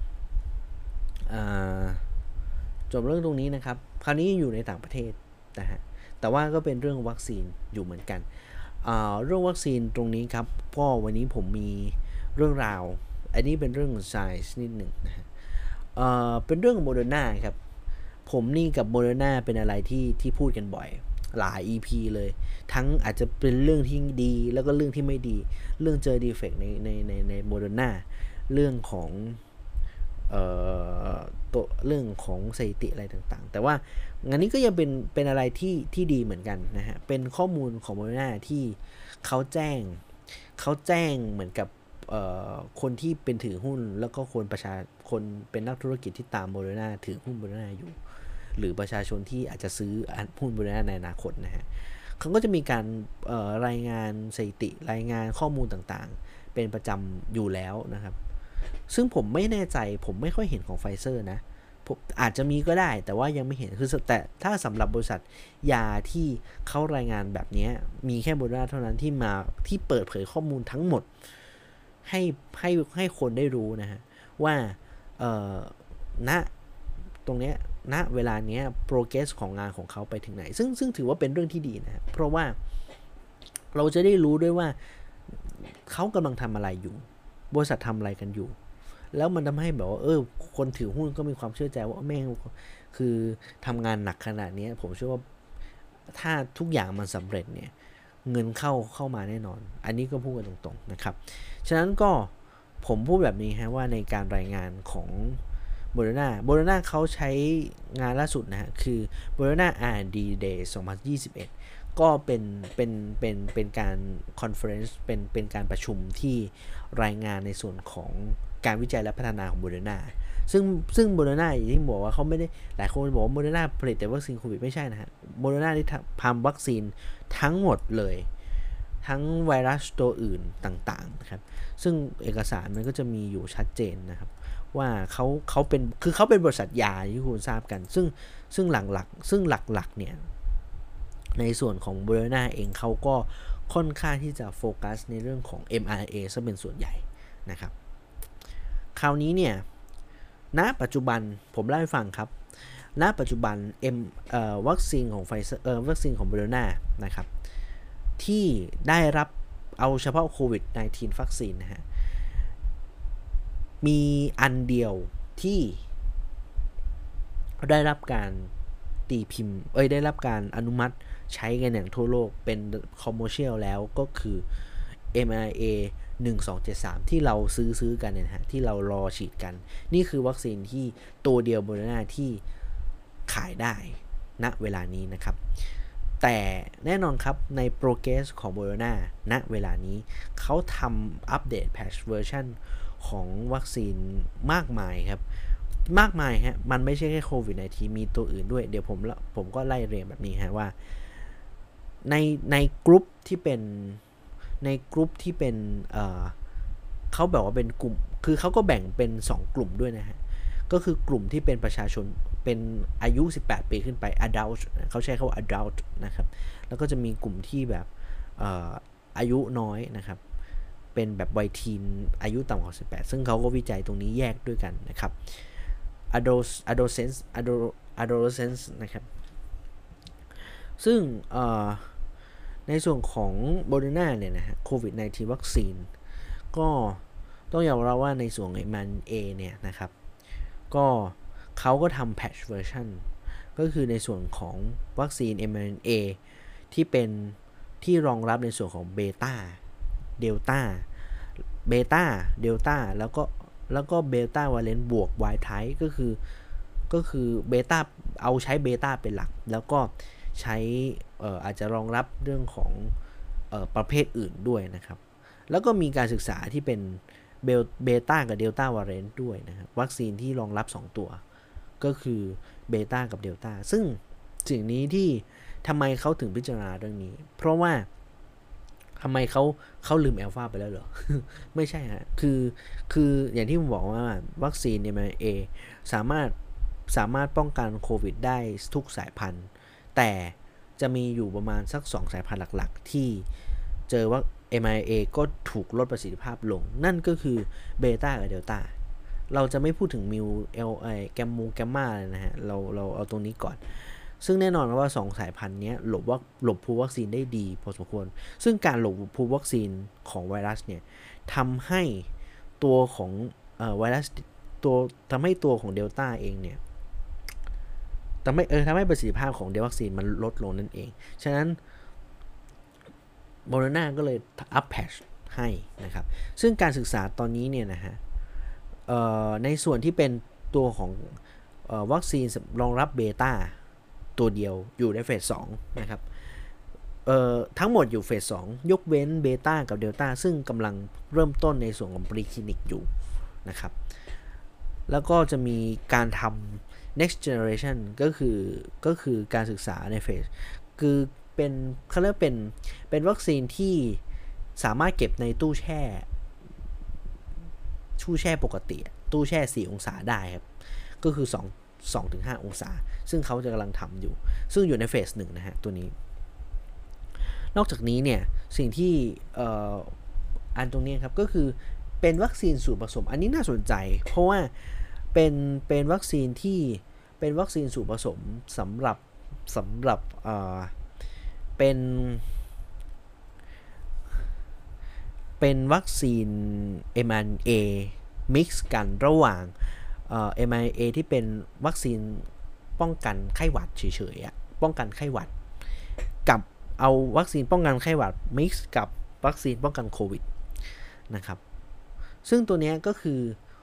จบเรื่องตรงนี้นะครับคราวนี้อยู่ในต่างประเทศนะฮะแต่ว่าก็เป็นเรื่องวัคซีนอยู่เหมือนกันเรื่องวัคซีนตรงนี้ครับก็วันนี้ผมมีเรื่องราวอันนี้เป็นเรื่อง science นิดหนึ่งนะฮะเป็นเรื่องโมเดอร์นาครับผมนี่กับโมเดอร์นาเป็นอะไรที่พูดกันบ่อยหลาย EP เลยทั้งอาจจะเป็นเรื่องที่ดีแล้วก็เรื่องที่ไม่ดีเรื่องเจอดีเฟกต์ในโมเดอร์นาเรื่องของตัวเรื่องของสถิติอะไรต่างๆแต่ว่างานนี้ก็ยังเป็นอะไรที่ดีเหมือนกันนะฮะเป็นข้อมูลของโมเดอร์นาที่เขาแจ้งเหมือนกับคนที่เป็นถือหุ้นแล้วก็คนเป็นนักธุรกิจที่ตามโมเดอร์นาถือหุ้นโมเดอร์นาอยู่หรือประชาชนที่อาจจะซื้อหุ้นโมเดอร์นาในอนาคตนะฮะเขาก็จะมีการรายงานสถิติรายงานข้อมูลต่างๆเป็นประจำอยู่แล้วนะครับซึ่งผมไม่แน่ใจผมไม่ค่อยเห็นของไฟเซอร์นะผมอาจจะมีก็ได้แต่ว่ายังไม่เห็นคือแต่ถ้าสำหรับบริษัทยาที่เขารายงานแบบนี้มีแค่โมเดอร์นาเท่านั้นที่เปิดเผยข้อมูลทั้งหมดให้คนได้รู้นะฮะว่าณตรงเนี้ยณเวลาเนี้ย progress ของงานของเขาไปถึงไหนซึ่งถือว่าเป็นเรื่องที่ดีนะเพราะว่าเราจะได้รู้ด้วยว่าเขากำลังทำอะไรอยู่บริษัททำอะไรกันอยู่แล้วมันทำให้แบบว่าคนถือหุ้นก็มีความเชื่อใจว่าแม่งคือทำงานหนักขนาดนี้ผมเชื่อว่าถ้าทุกอย่างมันสำเร็จเนี่ยเงินเข้ามาแน่นอนอันนี้ก็พูดกันตรงๆนะครับฉะนั้นก็ผมพูดแบบนี้ฮะว่าในการรายงานของโมเดอร์นาเขาใช้งานล่าสุดนะฮะคือ Moderna R&D Day 2021ก็เป็นการคอนเฟอเรนซ์เป็นการประชุมที่รายงานในส่วนของการวิจัยและพัฒนาของโมเดอร์นาซึ่งโมเดอร์นาอย่างที่บอกว่าเขาไม่ได้หลายคนบอกว่าโมเดอร์นาผลิตแต่วัคซีนโควิดไม่ใช่นะฮะโมเดอร์นาที่ทำวัคซีนทั้งหมดเลยทั้งไวรัสตัวอื่นต่างๆนะครับซึ่งเอกสารมันก็จะมีอยู่ชัดเจนนะครับว่าเขาเป็นบริษัทยาที่คุณทราบกันซึ่งหลักเนี่ยในส่วนของโมเดอร์นาเองเขาก็ค่อนข้างที่จะโฟกัสในเรื่องของ mRNA ซะเป็นส่วนใหญ่นะครับคราวนี้เนี่ยณปัจจุบันผมเล่าให้ฟังครับณปัจจุบันวัคซีนของไฟเซอร์วัคซีนของโมเดอร์นานะครับที่ได้รับเอาเฉพาะโควิด -19 วัคซีนนะฮะมีอันเดียวที่ได้รับการตีพิมพ์ได้รับการอนุมัติใช้กันอย่างทั่วโลกเป็นคอมเมอร์เชียลแล้วก็คือ mRNA 1273ที่เราซื้อกันเนี่ยนะฮะที่เรารอฉีดกันนี่คือวัคซีนที่ตัวเดียวโมเดอร์นาที่ขายได้ณเวลานี้นะครับแต่แน่นอนครับในโปรเกรสของโมเดอร์นาณเวลานี้เขาทำอัปเดตแพทช์เวอร์ชันของวัคซีนมากมายครับมากมายฮะมันไม่ใช่แค่โควิด-19 มีตัวอื่นด้วยเดี๋ยวผมก็ไล่เรียงแบบนี้ฮะว่าในกลุ่มที่เป็นเขาแบบว่าเป็นกลุ่มคือเขาก็แบ่งเป็น2กลุ่มด้วยนะฮะก็คือกลุ่มที่เป็นประชาชนเป็นอายุ18ปีขึ้นไป adult เขาใช้คำว่า adult นะครับแล้วก็จะมีกลุ่มที่แบบอายุน้อยนะครับเป็นแบบวัยทีนอายุต่ำกว่า18ซึ่งเขาก็วิจัยตรงนี้แยกด้วยกันนะครับ adolescence นะครับซึ่งในส่วนของโมเดอร์นาเนี่ยนะฮะโควิด-19 วัคซีนก็ต้องยอมรับว่าในส่วนของมันเอเนี่ยนะครับก็เขาก็ทำ patch version ก็คือในส่วนของวัคซีน mRNA ที่รองรับในส่วนของเบต้าเดลต้าแล้วก็เบต้าวาเลนต์บวกไวท์ไทป์ก็คือเบต้าเอาใช้เบต้าเป็นหลักแล้วก็ใช้อาจจะรองรับเรื่องของประเภทอื่นด้วยนะครับแล้วก็มีการศึกษาที่เป็นเบต้ากับเดลต้าวาริเอนต์ด้วยนะครับวัคซีนที่รองรับ2ตัวก็คือเบต้ากับเดลต้าซึ่งสิ่งนี้ที่ทำไมเขาถึงพิจารณาเรื่องนี้เพราะว่าทำไมเขาลืมอัลฟาไปแล้วเหรอ ไม่ใช่ฮะคืออย่างที่ผมบอกว่าวัคซีน mRNA สามารถป้องกันโควิดได้ทุกสายพันธุ์แต่จะมีอยู่ประมาณสัก2สายพันธุ์หลักๆที่เจอว่า mRNA ก็ถูกลดประสิทธิภาพลงนั่นก็คือเบต้ากับเดลต้าเราจะไม่พูดถึงมิวแกมมาเลยนะฮะเราเอาตรงนี้ก่อนซึ่งแน่นอนว่า2สายพันธุ์นี้หลบภูมิวัคซีนได้ดีพอสมควรซึ่งการหลบภูมิวัคซีนของไวรัสเนี่ยทำให้ตัวของไวรัสทำให้ตัวของเดลต้าเองเนี่ยทำให้ประสิทธิภาพของวัคซีนมันลดลงนั่นเองฉะนั้นโมเดอร์นาก็เลยอัพแพทช์ให้นะครับซึ่งการศึกษาตอนนี้เนี่ยนะฮะในส่วนที่เป็นตัวของวัคซีนรองรับเบต้าตัวเดียวอยู่ในเฟส2นะครับทั้งหมดอยู่เฟส2ยกเว้นเบต้ากับเดลต้าซึ่งกำลังเริ่มต้นในส่วนของปรีคลินิกอยู่นะครับแล้วก็จะมีการทำ next generation ก็คือการศึกษาในเฟสคือเขาเรียกเป็นวัคซีนที่สามารถเก็บในตู้แช่ปกติตู้แช่4องศาได้ครับก็คือ2-5 องศาซึ่งเขาจะกำลังทำอยู่ซึ่งอยู่ในเฟส1นะฮะตัวนี้นอกจากนี้เนี่ยสิ่งที่อันตรงนี้ครับก็คือเป็นวัคซีนสูตรผสมอันนี้น่าสนใจเพราะว่าเป็นวัคซีนที่เป็นวัคซีนสูตรผสมสำหรับเป็นวัคซีน mRNA mix กันระหว่างmRNA ที่เป็นวัคซีนป้องกันไข้หวัดเฉยๆป้องกันไข้หวัดกับเอาวัคซีนป้องกันไข้หวัด mix กับวัคซีนป้องกันโควิดนะครับซึ่งตัวนี้ก็คือ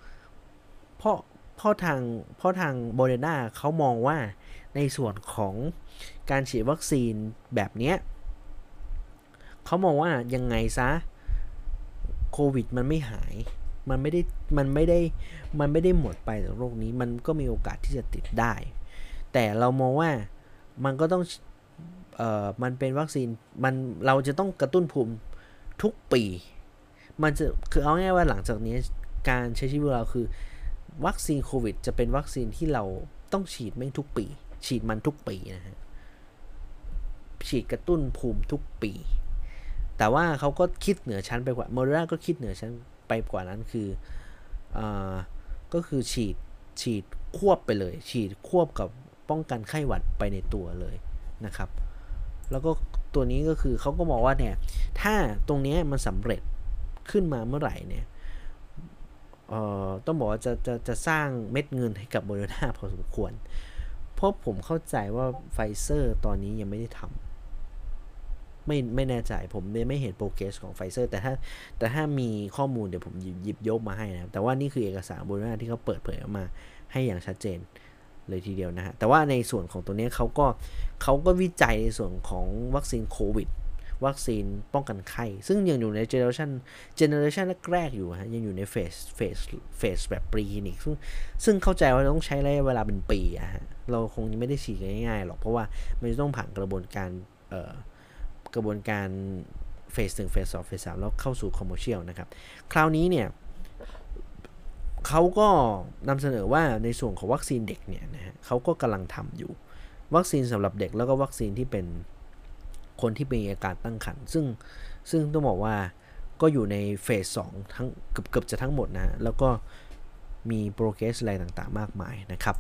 พ่อทางโมเดอร์นาเขามองว่าในส่วนของการฉีดวัคซีนแบบนี้เขามองว่ายังไงซะโควิดมันไม่หายมันไม่ได้หมดไปจากโรคนี้มันก็มีโอกาสที่จะติดได้แต่เรามองว่ามันก็ต้องมันเป็นวัคซีนเราจะต้องกระตุ้นภูมิทุกปีมันจะคือเอาง่ายว่าหลังจากนี้การใช้ชีวิตเราคือวัคซีนโควิดจะเป็นวัคซีนที่เราต้องฉีดไม่ทุกปีฉีดมันทุกปีนะฮะฉีดกระตุ้นภูมิทุกปีแต่ว่าเขาก็คิดเหนือชั้นไปกว่าโมเดอร์นาก็คิดเหนือชั้นไปกว่านั้นก็คือฉีดควบไปเลยฉีดควบกับป้องกันไข้หวัดไปในตัวเลยนะครับแล้วก็ตัวนี้ก็คือเขาก็มองว่าเนี่ยถ้าตรงนี้มันสำเร็จขึ้นมาเมื่อไหร่เนี่ยต้องบอกว่าจะสร้างเม็ดเงินให้กับโมเดอร์นาพอสมควรเพราะผมเข้าใจว่าไฟเซอร์ตอนนี้ยังไม่ได้ทำไม่แน่ใจผมไม่เห็นโปรเกรสของไฟเซอร์แต่ถ้ามีข้อมูลเดี๋ยวผมหยิบยกมาให้นะแต่ว่านี่คือเอกสารโมเดอร์นาที่เขาเปิดเผยออกมาให้อย่างชัดเจนเลยทีเดียวนะฮะแต่ว่าในส่วนของตัวนี้เขาก็วิจัยในส่วนของวัคซีนโควิดวัคซีนป้องกันไข้ซึ่งยังอยู่ในเจเนอเรชันแรกๆอยู่ฮะยังอยู่ในเฟสแบบปรีคลินิกซึ่งเข้าใจว่าต้องใช้ระยะเวลาเป็นปีอะฮะเราคงไม่ได้ฉีดง่ายๆหรอกเพราะว่ามันจะต้องผ่านกระบวนการเฟส1เฟส2เฟส3แล้วเข้าสู่คอมเมอร์เชียลนะครับคราวนี้เนี่ยเขาก็นำเสนอว่าในส่วนของวัคซีนเด็กเนี่ยนะฮะเขาก็กำลังทำอยู่วัคซีนสำหรับเด็กแล้วก็วัคซีนที่เป็นคนที่มีอาการตั้งครรภ์ซึ่งต้องบอกว่าก็อยู่ในเฟส2ทั้งเกือบจะทั้งหมดนะแล้วก็มีโปรเกรสอะไรต่างๆมากมายนะครับ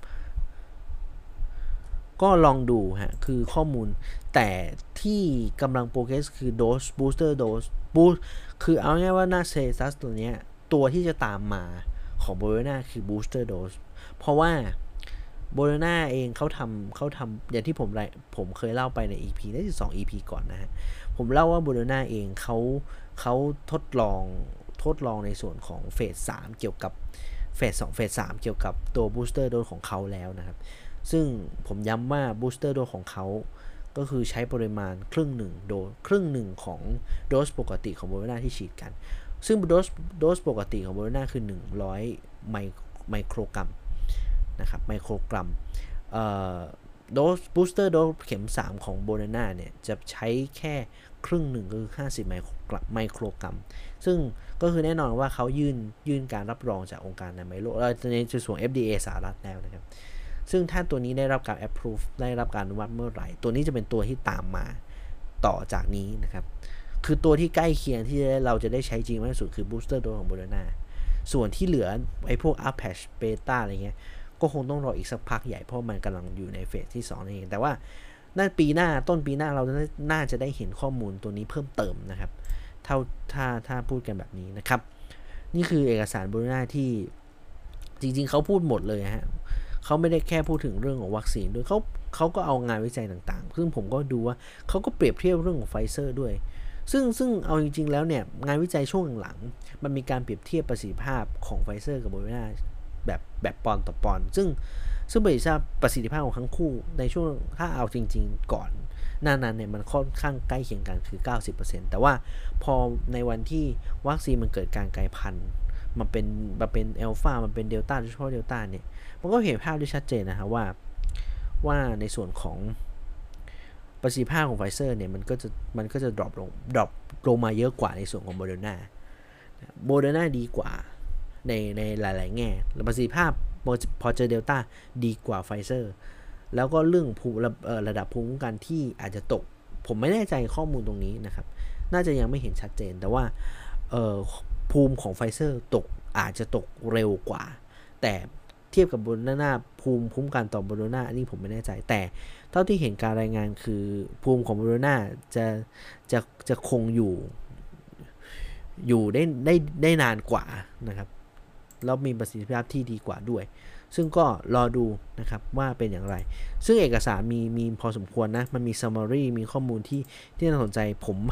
ก็ลองดูฮะคือข้อมูลแต่ที่กำลังโปรเกรสคือโดสบูสเตอร์โดสคือเอาง่ายว่าหน้าเซซัสตัวนี้ตัวที่จะตามมาของโบโลนาคือบูสเตอร์โดสเพราะว่าโบโลนาเองเขาทำอย่างที่ผมเคยเล่าไปใน EP น่าจะ2 EP ก่อนนะฮะผมเล่าว่าโบโลนาเองเขาทดลองในส่วนของเฟส3เกี่ยวกับเฟส2เฟส3เกี่ยวกับตัวบูสเตอร์โดสของเขาแล้วนะครับซึ่งผมย้ำว่าบูสเตอร์โดสของเขาก็คือใช้ปริมาณครึ่งหนึ่งของโดสปกติของโบโลนาที่ฉีดกันซึ่งโดสปกติของโมเดอร์นาคือ100ไมไมโครกรัมนะครับไมโครกรัมโดสบูสเตอร์โดสเข็ม3ของโมเดอร์นาเนี่ยจะใช้แค่ครึ่งหนึ่งคือ50ไมโครกรัมซึ่งก็คือแน่นอนว่าเขายื่นการรับรองจากองค์การอนามัยโลกในส่วน FDA สหรัฐแล้วนะครับซึ่งถ้าตัวนี้ได้รับการ approve ได้รับการอนุมัติเมื่อไหร่ตัวนี้จะเป็นตัวที่ตามมาต่อจากนี้นะครับคือตัวที่ใกล้เคียงที่เราจะได้ใช้จริงมากที่สุดคือ booster dose ของ Moderna ส่วนที่เหลือไอ้พวก Apache Beta อะไรเงี้ยก็คงต้องรออีกสักพักใหญ่เพราะมันกำลังอยู่ในเฟสที่2นั่นเองแต่ว่าปีหน้าต้นปีหน้าเราน่าจะได้เห็นข้อมูลตัวนี้เพิ่มเติมนะครับถ้าพูดกันแบบนี้นะครับนี่คือเอกสารโมเดอร์นาที่จริงๆเขาพูดหมดเลยฮะเขาไม่ได้แค่พูดถึงเรื่องของวัคซีนด้วยเขาก็เอางานวิจัยต่างๆซึ่งผมก็ดูว่าเขาก็เปรียบเทียบเรื่องของไฟเซอร์ด้วยซึ่งเอาจริงๆแล้วเนี่ยงานวิจัยช่วงหลังมันมีการเปรียบเทียบประสิทธิภาพของไฟเซอร์กับโมเดอร์นาแบบปอนต่อปอนซึ่งประสิทธิภาพของทั้งคู่ในช่วงถ้าเอาจริงๆก่อนหน้านั้นเนี่ยมันค่อนข้างใกล้เคียงกันคือ 90% แต่ว่าพอในวันที่วัคซีนมันเกิดการกลายพันธุ์มันเป็นอัลฟามันเป็นเดลต้าโดยเฉพาะเดลต้าเนี่ยมันก็เห็นภาพได้ชัดเจนนะครับว่าในส่วนของประสิทธิภาพของไฟเซอร์เนี่ยมันก็จะดรอปลงมาเยอะกว่าในส่วนของโมเดอร์นาดีกว่าในหลายๆแง่ประสิทธิภาพพอเจอเดลต้าดีกว่าไฟเซอร์แล้วก็เรื่องระดับภูมิคุ้มกันที่อาจจะตกผมไม่แน่ใจข้อมูลตรงนี้นะครับน่าจะยังไม่เห็นชัดเจนแต่ว่าภูมิของไฟเซอร์อาจจะตกเร็วกว่าแต่เทียบกับโมเดอร์นาภูมิคุ้มกันต่อโมเดอร์นาอันนี้ผมไม่แน่ใจแต่เท่าที่เห็นการรายงานคือภูมิของโมเดอร์นาจะคงอยู่ได้นานกว่านะครับแล้วมีประสิทธิภาพที่ดีกว่าด้วยซึ่งก็รอดูนะครับว่าเป็นอย่างไรซึ่งเอกสารมีพอสมควรนะมันมี summary มีข้อมูลที่น่าสนใจ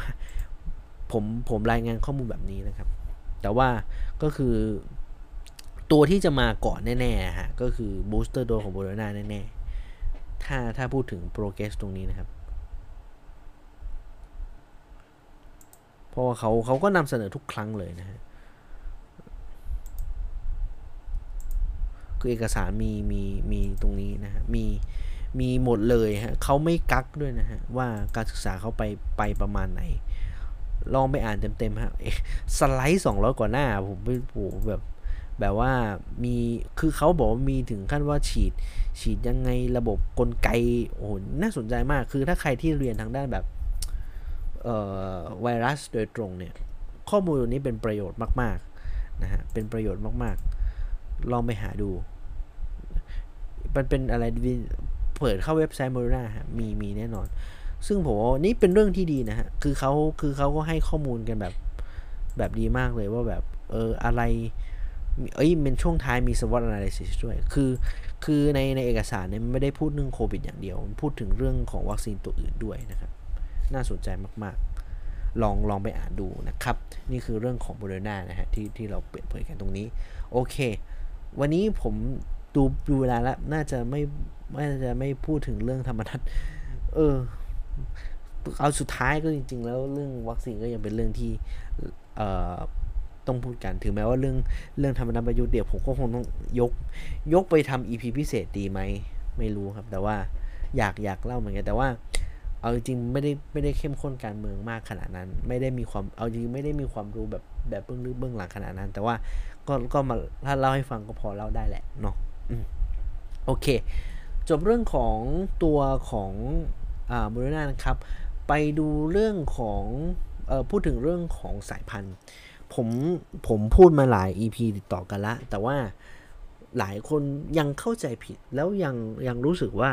ผมรายงานข้อมูลแบบนี้นะครับแต่ว่าก็คือตัวที่จะมาก่อนแน่ๆฮะก็คือ booster dose ของ Moderna แน่ๆถ้าพูดถึง progress ตรงนี้นะครับเพราะว่าเขาก็นำเสนอทุกครั้งเลยนะฮะคือเอกสารมีตรงนี้นะฮะมีหมดเลยฮะเขาไม่กักด้วยนะฮะว่าการศึกษาเขาไปประมาณไหนลองไปอ่านเต็มๆฮะสไลด์200กว่าหน้าผมไปโหแบบว่ามีคือเขาบอกว่ามีถึงขั้นว่าฉีดยังไงระบบกลไกโอ้โหน่าสนใจมากคือถ้าใครที่เรียนทางด้านแบบไวรัสโดยตรงเนี่ยข้อมูลตัวนี้เป็นประโยชน์มากๆนะฮะเป็นประโยชน์มากๆลองไปหาดูมันเป็นอะไรเปิดเข้าเว็บไซต์ Moderna ฮะมีแน่นอนซึ่งผมว่านี่เป็นเรื่องที่ดีนะฮะคือเขาก็ให้ข้อมูลกันแบบดีมากเลยว่าแบบอะไรเป็นช่วงท้ายมี SWOT analysis ด้วยคือในเอกสารเนี่ยไม่ได้พูดเรื่องโควิดอย่างเดียวมันพูดถึงเรื่องของวัคซีนตัวอื่นด้วยนะครับน่าสนใจมากๆลองไปอ่านดูนะครับนี่คือเรื่องของ Moderna นะฮะที่เราเปิดเผยกันตรงนี้โอเควันนี้ผมดูเวลาแล้วน่าจะไม่พูดถึงเรื่องธรรมนัตเอาสุดท้ายก็จริงๆแล้วเรื่องวัคซีนก็ยังเป็นเรื่องที่ต้องพูดกันถึงแม้ว่าเรื่องธรรมนัตประยุทธ์เดี๋ยวผมก็คงต้องยกไปทำ EP พิเศษดีไหมไม่รู้ครับแต่ว่าอยากเล่าเหมือนกันแต่ว่าเอาจริงไม่ได้เข้มข้นการเมืองมากขนาดนั้นไม่ได้มีความเอาจริงไม่ได้มีความรู้แบบเบื้องลึกเบื้องหลังขนาดนั้นแต่ว่าก็มาถ้าเล่าให้ฟังก็พอเล่าได้แหละเนาะโอเคจบเรื่องของตัวของโมเดอร์นานะครับไปดูเรื่องของพูดถึงเรื่องของสายพันธุ์ผมพูดมาหลาย EP ติดต่อกันละแต่ว่าหลายคนยังเข้าใจผิดแล้วยังรู้สึกว่า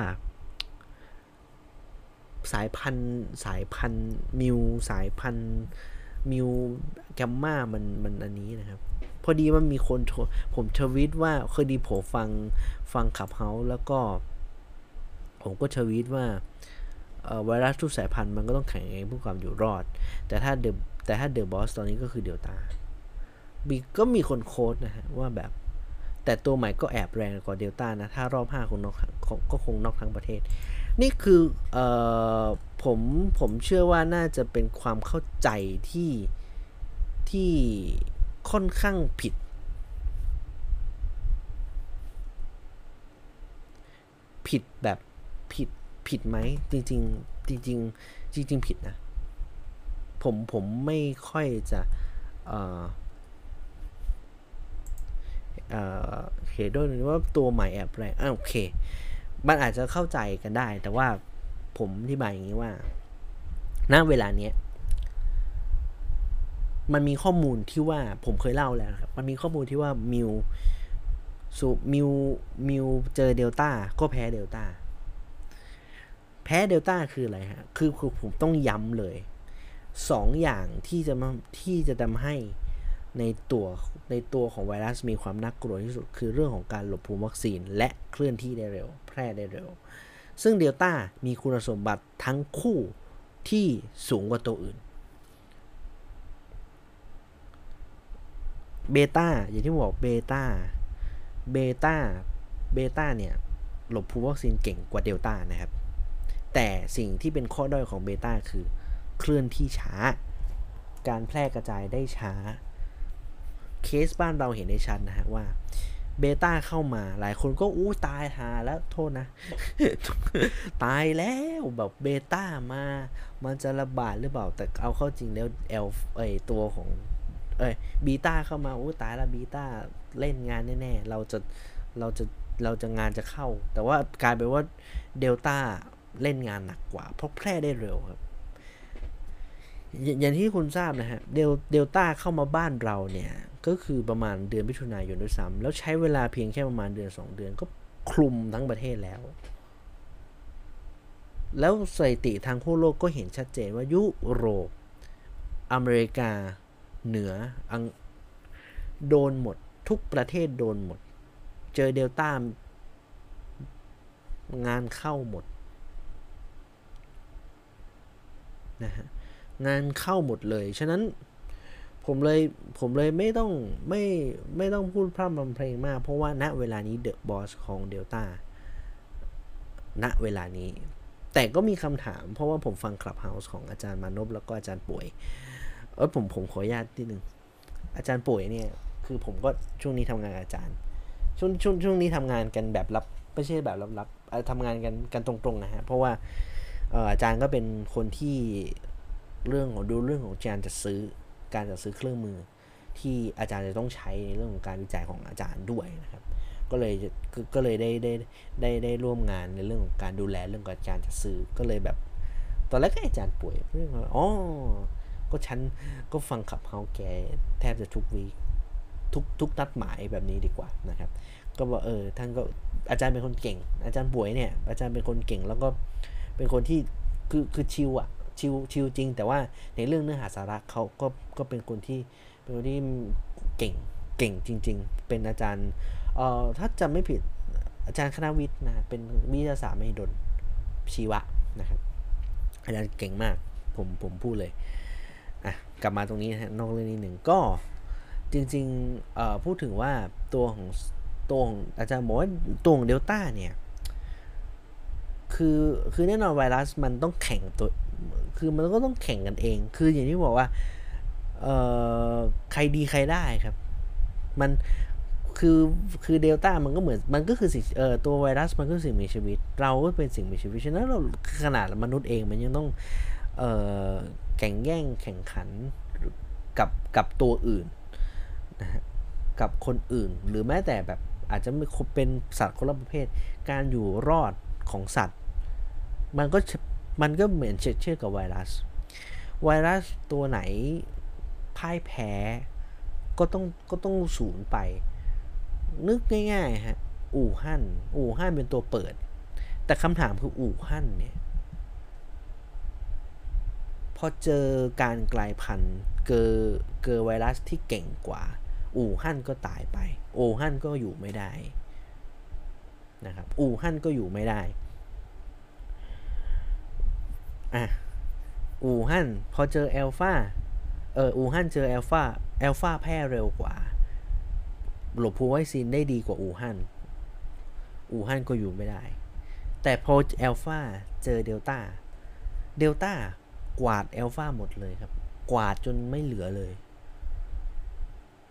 สายพันธุ์มิวสายพันธุ์มิวแกมมามันอันนี้นะครับพอดีมันมีคนผมทวีตว่าเคยดีผมฟังขับเฮาแล้วก็ผมก็ทวีตว่าไวรัสทุกสายพันธุ์มันก็ต้องแข่งเพื่อความอยู่รอดแต่ถ้าเดอะบอสตอนนี้ก็คือเดลต้าก็มีคนโค้ดนะฮะว่าแบบแต่ตัวใหม่ก็แอบแรงกว่าเดลต้านะถ้ารอบ5ก็คงน็อกทั้งประเทศนี่คือผมเชื่อว่าน่าจะเป็นความเข้าใจที่ค่อนข้างผิดแบบผิดไหมจริงๆจริงผิดนะผมไม่ค่อยจะเหตุด้วยว่าตัวใหม่แอบแรงโอเคมันอาจจะเข้าใจกันได้แต่ว่าผมอธิบายอย่างนี้ว่าณเวลาเนี้ยมันมีข้อมูลที่ว่าผมเคยเล่าแล้วครับมันมีข้อมูลที่ว่ามิวเจอเดลต้าก็แพ้เดลต้าคืออะไรฮะคือผมต้องย้ำเลย2 อย่างที่จะทำให้ในตัวของไวรัสมีความน่ากลัวที่สุดคือเรื่องของการหลบภูมิวัคซีนและเคลื่อนที่ได้เร็วแพร่ได้เร็วซึ่งเดลต้ามีคุณสมบัติทั้งคู่ที่สูงกว่าตัวอื่นเบต้าอย่างที่บอกเบต้าเนี่ยหลบภูมิวัคซีนเก่งกว่าเดลต้านะครับแต่สิ่งที่เป็นข้อด้อยของเบต้าคือเคลื่อนที่ช้าการแพร่กระจายได้ช้าเคสบ้านเราเห็นได้ชัดนะฮะว่าเบต้าเข้ามาหลายคนก็อู้ตายหาแล้วโทษนะ ตายแล้วแบบเบต้ามามันจะระบาดหรือเปล่าแต่เอาเข้าจริงแล้วตัวของบีต้าเข้ามาอู้ตายแล้วบีต้าเล่นงานแน่ๆเราจะงานจะเข้าแต่ว่ากลายเป็นว่าเดลต้าเล่นงานหนักกว่าเพราะแพร่ได้เร็วครับอย่างที่คุณทราบนะฮะเดลต้าเข้ามาบ้านเราเนี่ยก็คือประมาณเดือนมิถุนายนด้วยซ้ำแล้วใช้เวลาเพียงแค่ประมาณเดือน2 เดือนก็คลุมทั้งประเทศแล้วสถิติทางทั่วโลกก็เห็นชัดเจนว่ายุโรปอเมริกาเหนือโดนหมดทุกประเทศโดนหมดเจอเดลต้างานเข้าหมดนะฮะงานเข้าหมดเลยฉะนั้นผมเลยไม่ต้องพูดพร่ำทำเพลงมากเพราะว่าณเวลานี้เดอะบอสของเดลต้าณเวลานี้แต่ก็มีคำถามเพราะว่าผมฟังคลับเฮาส์ของอาจารย์มานพแล้วก็อาจารย์ป่วยผมขออนุญาตนิดนึงอาจารย์ป่วยเนี่ยคือผมก็ช่วงนี้ทำงานกับอาจารย์ช่วงนี้ทำงานกันแบบลับไม่ใช่แบบลับทำงานกันตรงๆนะฮะเพราะว่าอาจารย์ก็เป็นคนที่ดูเรื่องของการจัดซื้อเครื่องมือที่อาจารย์จะต้องใช้ในเรื่องของการวิจัยของอาจารย์ด้วยนะครับก็เลยได้ร่วมงานในเรื่องของการดูแลเรื่องการจัดซื้อก็เลยแบบตอนแรกก็อาจารย์ป่วยเรื่องก็ฉันก็ฟังขับเฮาแกแทบจะทุกวีทุกนัดหมายแบบนี้ดีกว่านะครับก็บอกท่านก็อาจารย์เป็นคนเก่งอาจารย์ป่วยเนี่ยอาจารย์เป็นคนเก่งแล้วก็เป็นคนที่คือชิลจริงแต่ว่าในเรื่องเนื้อหาสาระเขาก็เป็นคนที่เก่งจริงๆเป็นอาจารย์ถ้าจำไม่ผิดอาจารย์คณะวิทย์นะเป็นวิทยาศาสตร์มหิดลชีวะนะครับอาจารย์เก่งมากผมพูดเลยกลับมาตรงนี้นะฮะนอกเรื่องนี้หนึ่งก็จริงๆพูดถึงว่าตัวของอาจารย์บอกว่าตัวของเดลต้าเนี่ยคือแน่นอนไวรัสมันต้องแข่งตัวคือมันก็ต้องแข่งกันเองคืออย่างที่บอกว่าใครดีใครได้ครับมันคือเดลต้ามันก็เหมือนมันก็คือตัวไวรัสมันก็สิ่งมีชีวิตเราก็เป็นสิ่งมีชีวิตฉะนั้นเราขนาดมนุษย์เองมันยังต้องแข่งแย่งแข่งขันกับตัวอื่นนะฮะกับคนอื่นหรือแม้แต่แบบอาจจะเป็นสัตว์คนละประเภทการอยู่รอดของสัตว์มันก็เหมือนเชื่อกับไวรัสตัวไหนพ่ายแพ้ก็ต้องสูญไปนึกง่ายๆฮะอู่ฮั่นเป็นตัวเปิดแต่คำถามคืออู่ฮั่นเนี่ยพอเจอการกลายพันธุ์เกิดไวรัสที่เก่งกว่าอู่ฮั่นก็ตายไปอู่ฮั่นก็อยู่ไม่ได้นะครับอู่ฮั่นก็อยู่ไม่ได้อู่ฮั่นพอเจออัลฟาอู่ฮั่นเจออัลฟาแพร่เร็วกว่าหลบภูมิวัคซีนได้ดีกว่าอู่ฮั่นก็อยู่ไม่ได้แต่พออัลฟาเจอเดลต้ากวาดอัลฟาหมดเลยครับกวาดจนไม่เหลือเลย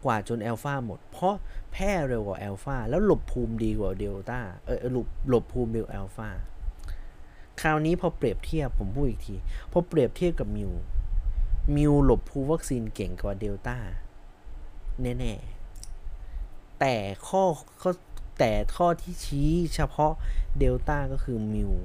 กว่าจนอัลฟาหมดเพราะแพร่เร็วกว่าอัลฟาแล้วหลบภูมิดีกว่าเดลต้าหลบภูมิเร็วอัลฟาคราวนี้พอเปรียบเทียบผมพูดอีกทีพอเปรียบเทียบกับมิวหลบภูมิวัคซีนเก่งกว่าเดลต้าแน่ๆแต่ข้อที่ชี้เฉพาะเดลต้าก็คือมิว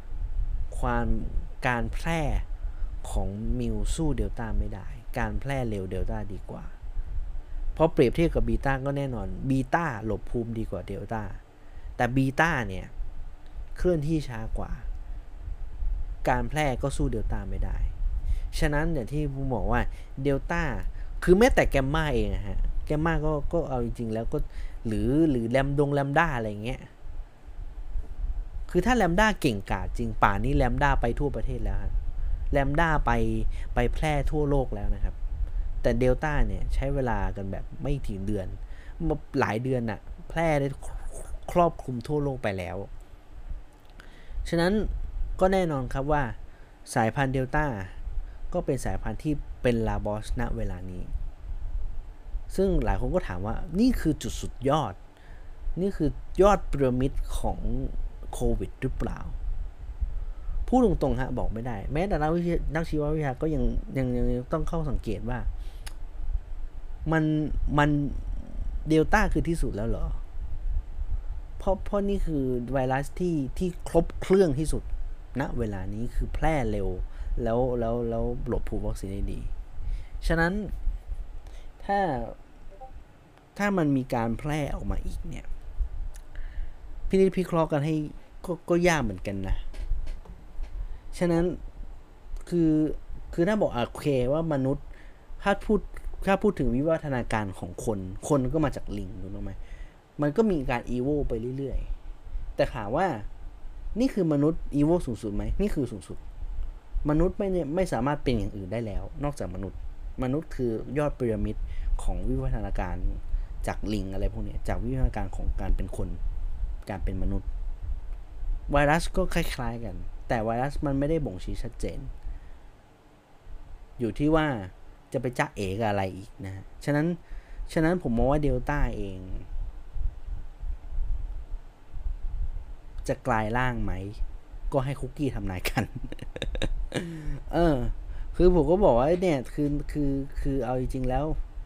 การแพร่ของมิวสู้เดลต้าไม่ได้การแพร่เร็วเดลต้าดีกว่าเพราะเปรียบเทียบกับบีต้าก็แน่นอนบีต้าหลบภูมิดีกว่าเดลต้าแต่บีต้าเนี่ยเคลื่อนที่ช้ากว่าการแพร่ก็สู้เดลต้าไม่ได้ฉะนั้นอย่างที่ผมบอกว่าเดลต้าคือแม้แต่แกมมาเองฮะแกมมาก็เอาจริงๆแล้วก็หรือแลมด้าอะไรเงี้ยคือถ้าแลมด้าเก่งกาจจริงป่านนี้แลมด้าไปทั่วประเทศแล้วแลมด้าไปแพร่ทั่วโลกแล้วนะครับแต่เดลต้าเนี่ยใช้เวลากันแบบไม่ถึงเดือนหลายเดือนน่ะแพร่ได้ครอบคลุมทั่วโลกไปแล้วฉะนั้นก็แน่นอนครับว่าสายพันธุ์เดลต้าก็เป็นสายพันธุ์ที่เป็นลาบอสณเวลานี้ซึ่งหลายคนก็ถามว่านี่คือจุดสุดยอดนี่คือยอดพีระมิดของโควิดหรือเปล่าพูดตรงๆฮะบอกไม่ได้แม้แต่นักชีววิทยาก็ยังต้องเข้าสังเกตว่ามันเดลต้าคือที่สุดแล้วเหรอเพราะนี่คือไวรัสที่ครบเครื่องที่สุดณเวลานี้คือแพร่เร็วแล้วหลบภูมิวัคซีนได้ดีฉะนั้นถ้ามันมีการแพร่ออกมาอีกเนี่ยพิเคราะห์กันให้ก็ยากเหมือนกันนะฉะนั้นคือถ้าบอกโอเคว่ามนุษย์ถ้าพูดถึงวิวัฒนาการของคนก็มาจากลิงถูกไหมมันก็มีการอีโวไปเรื่อยๆแต่ถามว่านี่คือมนุษย์อีโวสูงสุดไหมนี่คือสูงสุดมนุษย์ไม่สามารถเป็นอย่างอื่นได้แล้วนอกจากมนุษย์คือยอดพีระมิดของวิวัฒนาการจากลิงอะไรพวกนี้จากวิวัฒนาการของการเป็นคนการเป็นมนุษย์ไวรัสก็คล้ายๆกันแต่ไวรัสมันไม่ได้บ่งชี้ชัดเจนอยู่ที่ว่าจะไปจ๊ะเอ๋กับอะไรอีกนะฉะนั้นผมมองว่าเดลต้าเองจะกลายร่างไหมก็ให้คุกกี้ทำนายกัน คือผมก็บอกว่าเนี่ยคือเอาจริงๆแล้ว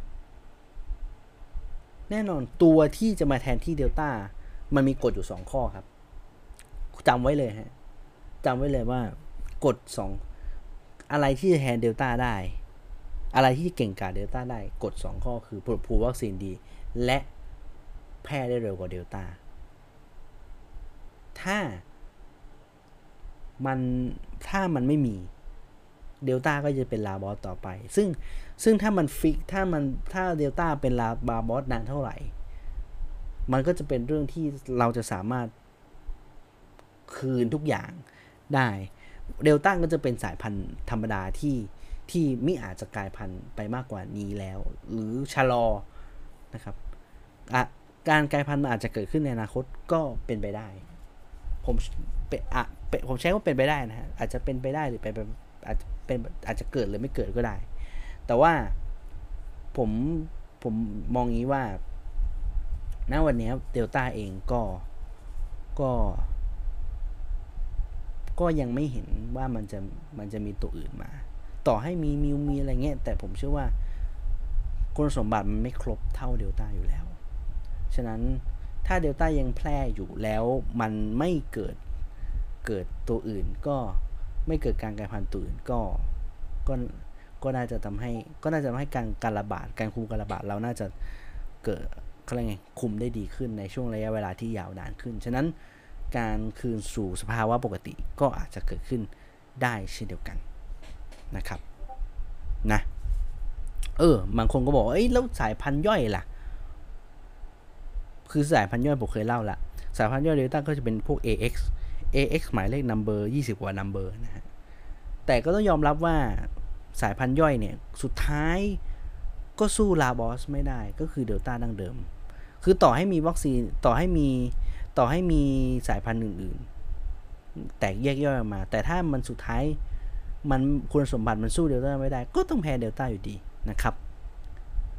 แน่นอนตัวที่จะมาแทนที่เดลต้ามันมีกฎอยู่2ข้อครับจำไว้เลยฮะจำไว้เลยว่ากฎ2อะไรที่จะแทนเดลต้าได้อะไรที่เก่งกว่าเดลต้าได้กฎ2ข้อคือภูมิวัคซีนดีและแพร่ได้เร็วกว่าเดลต้าถ้ามันไม่มีเดลต้าก็จะเป็นลาบอสต่อไปซึ่งถ้าเดลต้าเป็นลาบอสนานเท่าไหร่มันก็จะเป็นเรื่องที่เราจะสามารถคืนทุกอย่างได้เดลต้าก็จะเป็นสายพันธุ์ธรรมดาที่ไม่อาจจะกลายพันธุ์ไปมากกว่านี้แล้วหรือชะลอนะครับการกลายพันธุ์มันอาจจะเกิดขึ้นในอนาคตก็เป็นไปได้ผมใช้ว่าเป็นไปได้นะฮะอาจจะเป็นไปได้หรืออาจจะเกิดหรือไม่เกิดก็ได้แต่ว่าผมมองงี้ว่าณวันนี้เดลต้าเองก็ยังไม่เห็นว่ามันจะมีตัวอื่นมาต่อให้มีอะไรเงี้ยแต่ผมเชื่อว่าคุณสมบัติมันไม่ครบเท่าเดลต้าอยู่แล้วฉะนั้นถ้าเดลต้ายังแพร่อยู่แล้วมันไม่เกิดตัวอื่นก็ไม่เกิดการกลายพันธุ์ตัวอื่นก็น่าจะทำให้การระบาดการคุมการระบาดเราน่าจะเกิดอะไรไงคุมได้ดีขึ้นในช่วงระยะเวลาที่ยาวนานขึ้นฉะนั้นการคืนสู่สภาวะปกติก็อาจจะเกิดขึ้นได้เช่นเดียวกันนะครับนะบางคนก็บอกแล้วสายพันธุ์ย่อยล่ะคือสายพันธุ์ย่อยผมเคยเล่าละสายพันธุ์ย่อยเดลต้าก็จะเป็นพวก AX หมายเลข number 20 กว่า number นะฮะแต่ก็ต้องยอมรับว่าสายพันธุ์ย่อยเนี่ยสุดท้ายก็สู้ลาบอสไม่ได้ก็คือเดลต้าดั้งเดิมคือต่อให้มีวัคซีนต่อให้มีสายพันธุ์อื่นๆแตกแยกย่อยออกมาแต่ถ้ามันสุดท้ายมันคุณสมบัติมันสู้เดลต้าไม่ได้ก็ต้องแพ้เดลต้าอยู่ดีนะครับ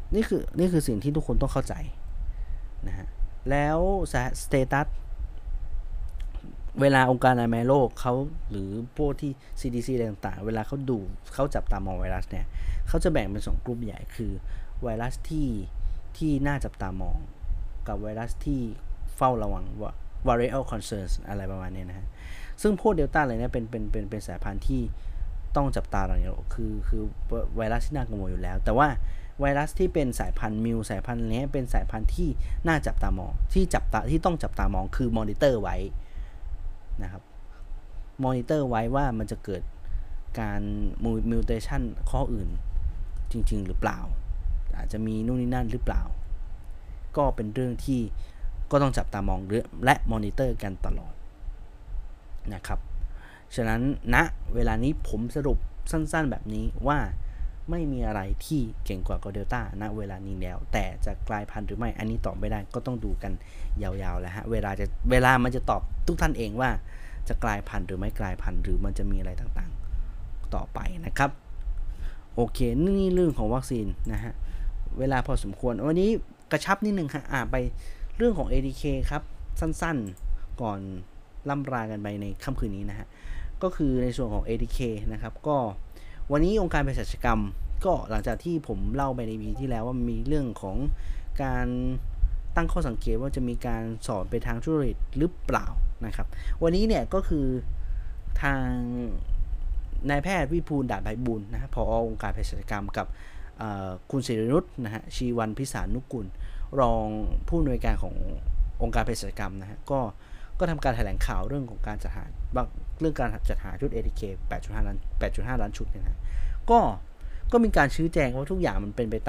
นี่คือสิ่งที่ทุกคนต้องเข้าใจนะฮะแล้วสเตตัสเวลาองค์การอนามัยโลกเขาหรือพวกที่ CDC อะไรต่างๆเวลาเขาจับตามองไวรัสเนี่ยเขาจะแบ่งเป็น2กลุ่มใหญ่คือไวรัสที่น่าจับตามองกับไวรัสที่เฝ้าระวังว่า variant concerns อะไรประมาณนี้นะฮะซึ่งพวกเดลต้าอะไรเนี่ยเป็นสายพันธุ์ที่ต้องจับตาอย่างเดียวคือไวรัสที่น่ากังวลอยู่แล้วแต่ว่าไวรัสที่เป็นสายพันธุ์มิวสายพันธุ์นี้เป็นสายพันธุ์ที่น่าจับตามองที่ต้องจับตามองคือมอนิเตอร์ไว้นะครับมอนิเตอร์ไว้ว่ามันจะเกิดการมิวเทชันข้ออื่นจริงๆหรือเปล่าอาจจะมีนู่นนี่นั่นหรือเปล่าก็เป็นเรื่องที่ก็ต้องจับตามองและมอนิเตอร์กันตลอดนะครับฉะนั้นณเวลานี้ผมสรุปสั้นๆแบบนี้ว่าไม่มีอะไรที่เก่งกว่าเดลต้าณเวลานี้แล้วแต่จะกลายพันธุ์หรือไม่อันนี้ตอบไม่ได้ก็ต้องดูกันยาวๆแล้วฮะเวลามันจะตอบทุกท่านเองว่าจะกลายพันธุ์หรือไม่กลายพันธุ์หรือมันจะมีอะไรต่างๆต่อไปนะครับโอเคนี่เรื่องของวัคซีนนะฮะเวลาพอสมควรวันนี้กระชับนิดนึงฮะไปเรื่องของ ADK ครับสั้นๆก่อนล่ำลากันไปในค่ำคืนนี้นะฮะก็คือในส่วนของ ADK นะครับก็วันนี้องค์การเภสัชกรรมก็หลังจากที่ผมเล่าไปใน EP ที่แล้วว่ามีเรื่องของการตั้งข้อสังเกตว่าจะมีการสอนไปทางธุรกิจหรือเปล่านะครับวันนี้เนี่ยก็คือทางนายแพทย์วิภูล ด่านไพบูลย์นะฮะผอ.องค์การเภสัชกรรมกับคุณศิรินุชนะฮะชีวันพิสารนุกุลรองผู้อำนวยการขององค์การเภสัชกรรมนะฮะก็ทำการแถลงข่าวเรื่องของการจัดหาเรื่องการจัดหาชุด ATK 8.5 ล้านชุดเนี่ยนะก็มีการชี้แจงว่าทุกอย่างมันเป็น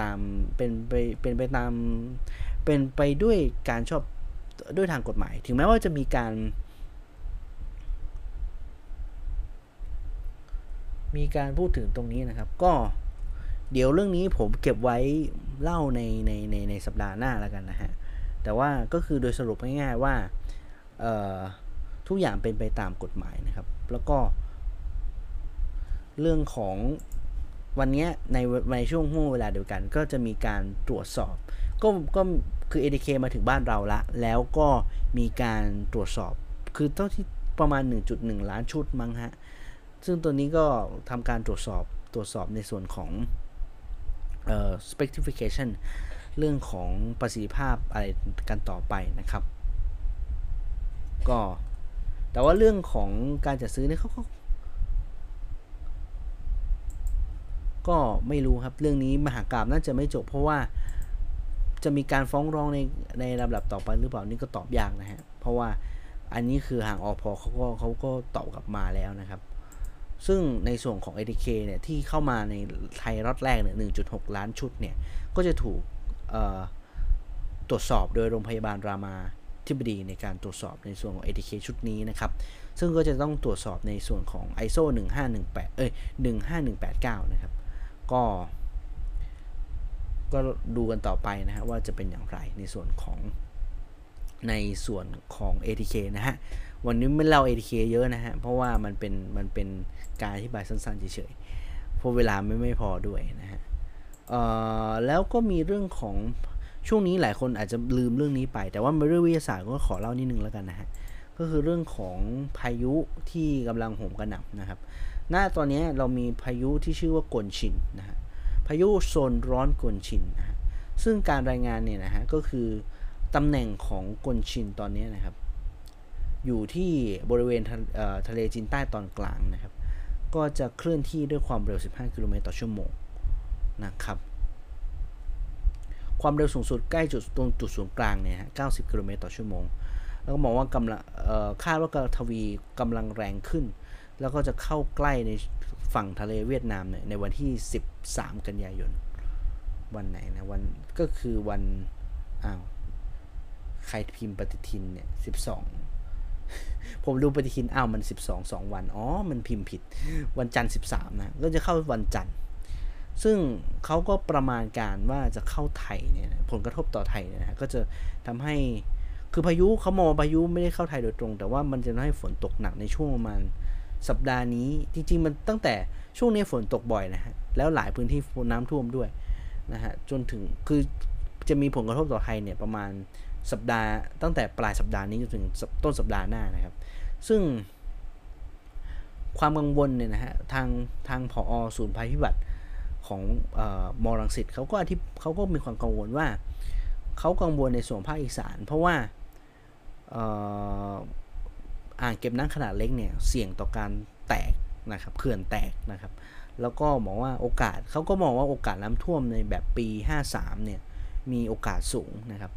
ไปด้วยการชอบด้วยทางกฎหมายถึงแม้ว่าจะมีการพูดถึงตรงนี้นะครับก็เดี๋ยวเรื่องนี้ผมเก็บไว้เล่าในสัปดาห์หน้าแล้วกันนะฮะแต่ว่าก็คือโดยสรุปง่ายๆว่าทุกอย่างเป็นไปตามกฎหมายนะครับแล้วก็เรื่องของวันนี้ในช่วงห่วงเวลาเดียวกันก็จะมีการตรวจสอบก็คือ ADK มาถึงบ้านเราละแล้วก็มีการตรวจสอบคือเท่าที่ประมาณ 1.1 ล้านชุดมั้งฮะซึ่งตัวนี้ก็ทำการตรวจสอบในส่วนของspecification เรื่องของประสิทธิภาพอะไรกันต่อไปนะครับก็แต่ว่าเรื่องของการจัดซื้อเนี่ยเขาก็ไม่รู้ครับเรื่องนี้มหากาพย์น่าจะไม่จบเพราะว่าจะมีการฟ้องร้องในลำดับต่อไปหรือเปล่านี่ก็ตอบยากนะฮะเพราะว่าอันนี้คือทางอพ.เขาก็ตอบกลับมาแล้วนะครับซึ่งในส่วนของ ATK เนี่ยที่เข้ามาในไทยล็อตแรกเนี่ย 1.6 ล้านชุดเนี่ยก็จะถูกตรวจสอบโดยโรงพยาบาลรามาธิบดีในการตรวจสอบในส่วนของ ATK ชุดนี้นะครับซึ่งก็จะต้องตรวจสอบในส่วนของ ISO 15189นะครับก็ดูกันต่อไปนะฮะว่าจะเป็นอย่างไรในส่วนของ ATK นะฮะวันนี้ไม่เล่า ATK เยอะนะฮะเพราะว่ามันเป็นการอธิบายสั้นๆเฉยๆเพราะเวลาไม่พอด้วยนะฮะแล้วก็มีเรื่องของช่วงนี้หลายคนอาจจะลืมเรื่องนี้ไปแต่ว่าเรื่องวิทยาศาสตร์ก็ขอเล่านิดนึงแล้วกันนะฮะก็คือเรื่องของพายุที่กำลังโหมกระหน่ำนะครับตอนนี้เรามีพายุที่ชื่อว่ากนชินนะฮะพายุโซนร้อนกนชินนะฮะซึ่งการรายงานเนี่ยนะฮะก็คือตำแหน่งของกนชินตอนนี้นะครับอยู่ที่บริเวณทะเลจีนใต้ตอนกลางนะครับก็จะเคลื่อนที่ด้วยความเร็ว15กิโลเมตรต่อชั่วโมงนะครับความเร็วสูงสุดใกล้ตรงจุดศูนย์กลางเนี่ย90กิโลเมตรต่อชั่วโมงแล้วก็มองว่ากำลังคาดว่าทวีกำลังแรงขึ้นแล้วก็จะเข้าใกล้ในฝั่งทะเลเวียดนามเนี่ยในวันที่13กันยายนวันไหนนะวันก็คือวันใครพิมพ์ปฏิทินเนี่ย12ผมดูปฏิทินมัน12 2วันมันพิมพ์ผิดวันจันทร์13นะก็จะเข้าวันจันทร์ซึ่งเขาก็ประมาณการว่าจะเข้าไทยเนี่ยผลกระทบต่อไทยเนี่ยนะก็จะทำให้คือพายุเขามองพายุไม่ได้เข้าไทยโดยตรงแต่ว่ามันจะทำให้ฝนตกหนักในช่วงประมาณสัปดาห์นี้จริงๆมันตั้งแต่ช่วงนี้ฝนตกบ่อยนะฮะแล้วหลายพื้นที่น้ำท่วมด้วยนะฮะจนถึงคือจะมีผลกระทบต่อไทยเนี่ยประมาณสัปดาห์ตั้งแต่ปลายสัปดาห์นี้จนถึงต้นสัปดาห์หน้านะครับซึ่งความกังวลเนี่ยนะฮะทางผอ.ศูนย์ภัยพิบัติของมรังสิตเขาก็มีความกังวลว่าเขากังวลในส่วนภาคอีสานเพราะว่าอ่างเก็บน้ำขนาดเล็กเนี่ยเสี่ยงต่อการแตกนะครับเขื่อนแตกนะครับแล้วก็มองว่าเขาก็มองว่าโอกาสน้ำท่วมในแบบปี53เนี่ยมีโอกาสสูงนะครับ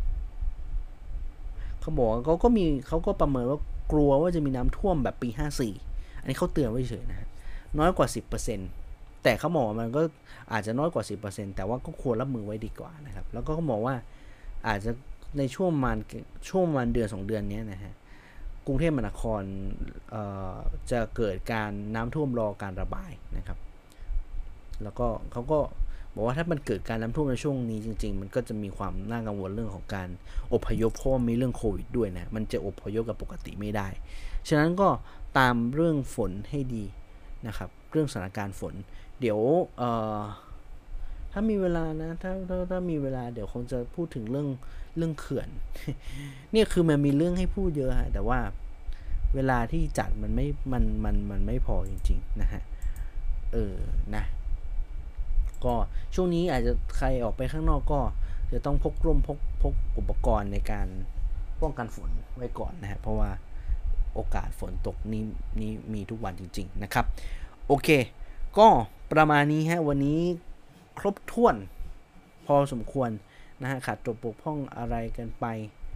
เขาบอกว่าเขาก็ประเมินว่ากลัวว่าจะมีน้ำท่วมแบบปี54อันนี้เขาเตือนไว้เฉยนะน้อยกว่า 10% แต่เขาบอกว่ามันก็อาจจะน้อยกว่า 10% แต่ว่าก็ควรรับมือไว้ดีกว่านะครับแล้วก็เขาบอกว่าอาจจะในช่วงมันเดือน2เดือนนี้นะฮะกรุงเทพมหานครจะเกิดการน้ำท่วมรอการระบายนะครับแล้วก็เขาก็บอกว่าถ้ามันเกิดการน้ำท่วมในช่วงนี้จริงๆมันก็จะมีความน่ากังวลเรื่องของการอพยพเพราะมีเรื่องโควิดด้วยนะมันจะอพยพกับปกติไม่ได้ฉะนั้นก็ตามเรื่องฝนให้ดีนะครับเรื่องสถานการณ์ฝนเดี๋ยวถ้ามีเวลานะถ้ามีเวลาเดี๋ยวคงจะพูดถึงเรื่องเขื่อน เนี่ยคือมันมีเรื่องให้พูดเยอะฮะแต่ว่าเวลาที่จัดมันไม่พอจริงๆนะฮะนะก็ช่วงนี้อาจจะใครออกไปข้างนอกก็จะต้องพกร่มพกอุปกรณ์ในการป้องกันฝนไว้ก่อนนะฮะเพราะว่าโอกาสฝนตกนี้มีทุกวันจริงๆนะครับโอเคก็ประมาณนี้ฮะวันนี้ครบถ้วนพอสมควรนะฮะขาดตกบกพร่องอะไรกันไป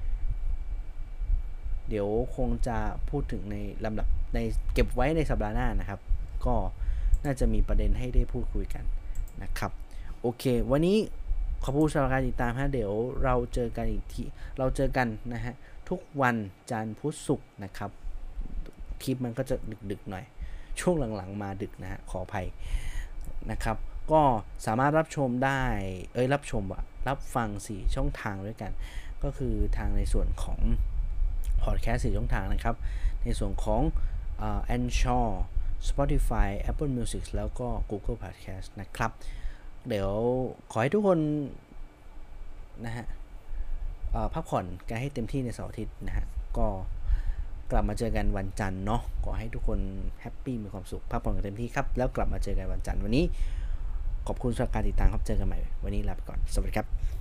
เดี๋ยวคงจะพูดถึงในลำดับในเก็บไว้ในสัปดาห์หน้านะครับก็น่าจะมีประเด็นให้ได้พูดคุยกันนะครับโอเควันนี้ขอบคุณสำหรับการติดตามฮะเดี๋ยวเราเจอกันอีกทีนะฮะทุกวันจันทร์พุธศุกร์นะครับคลิปมันก็จะดึกๆหน่อยช่วงหลังๆมาดึกนะฮะขออภัยนะครับก็สามารถรับชมได้รับฟัง4ช่องทางด้วยกันก็คือทางในส่วนของพอดแคสต์4ช่องทางนะครับในส่วนของAnchor Spotify Apple Music แล้วก็ Google Podcast นะครับเดี๋ยวขอให้ทุกคนนะฮะพักผ่อนกันให้เต็มที่ในเสาร์อาทิตย์นะฮะก็กลับมาเจอกันวันจันทร์เนาะขอให้ทุกคนแฮปปี้มีความสุขพักผ่อนกันเต็มที่ครับแล้วกลับมาเจอกันวันจันทร์วันนี้ขอบคุณสำหรับการติดตามครับเจอกันใหม่วันนี้ลาไปก่อนสวัสดีครับ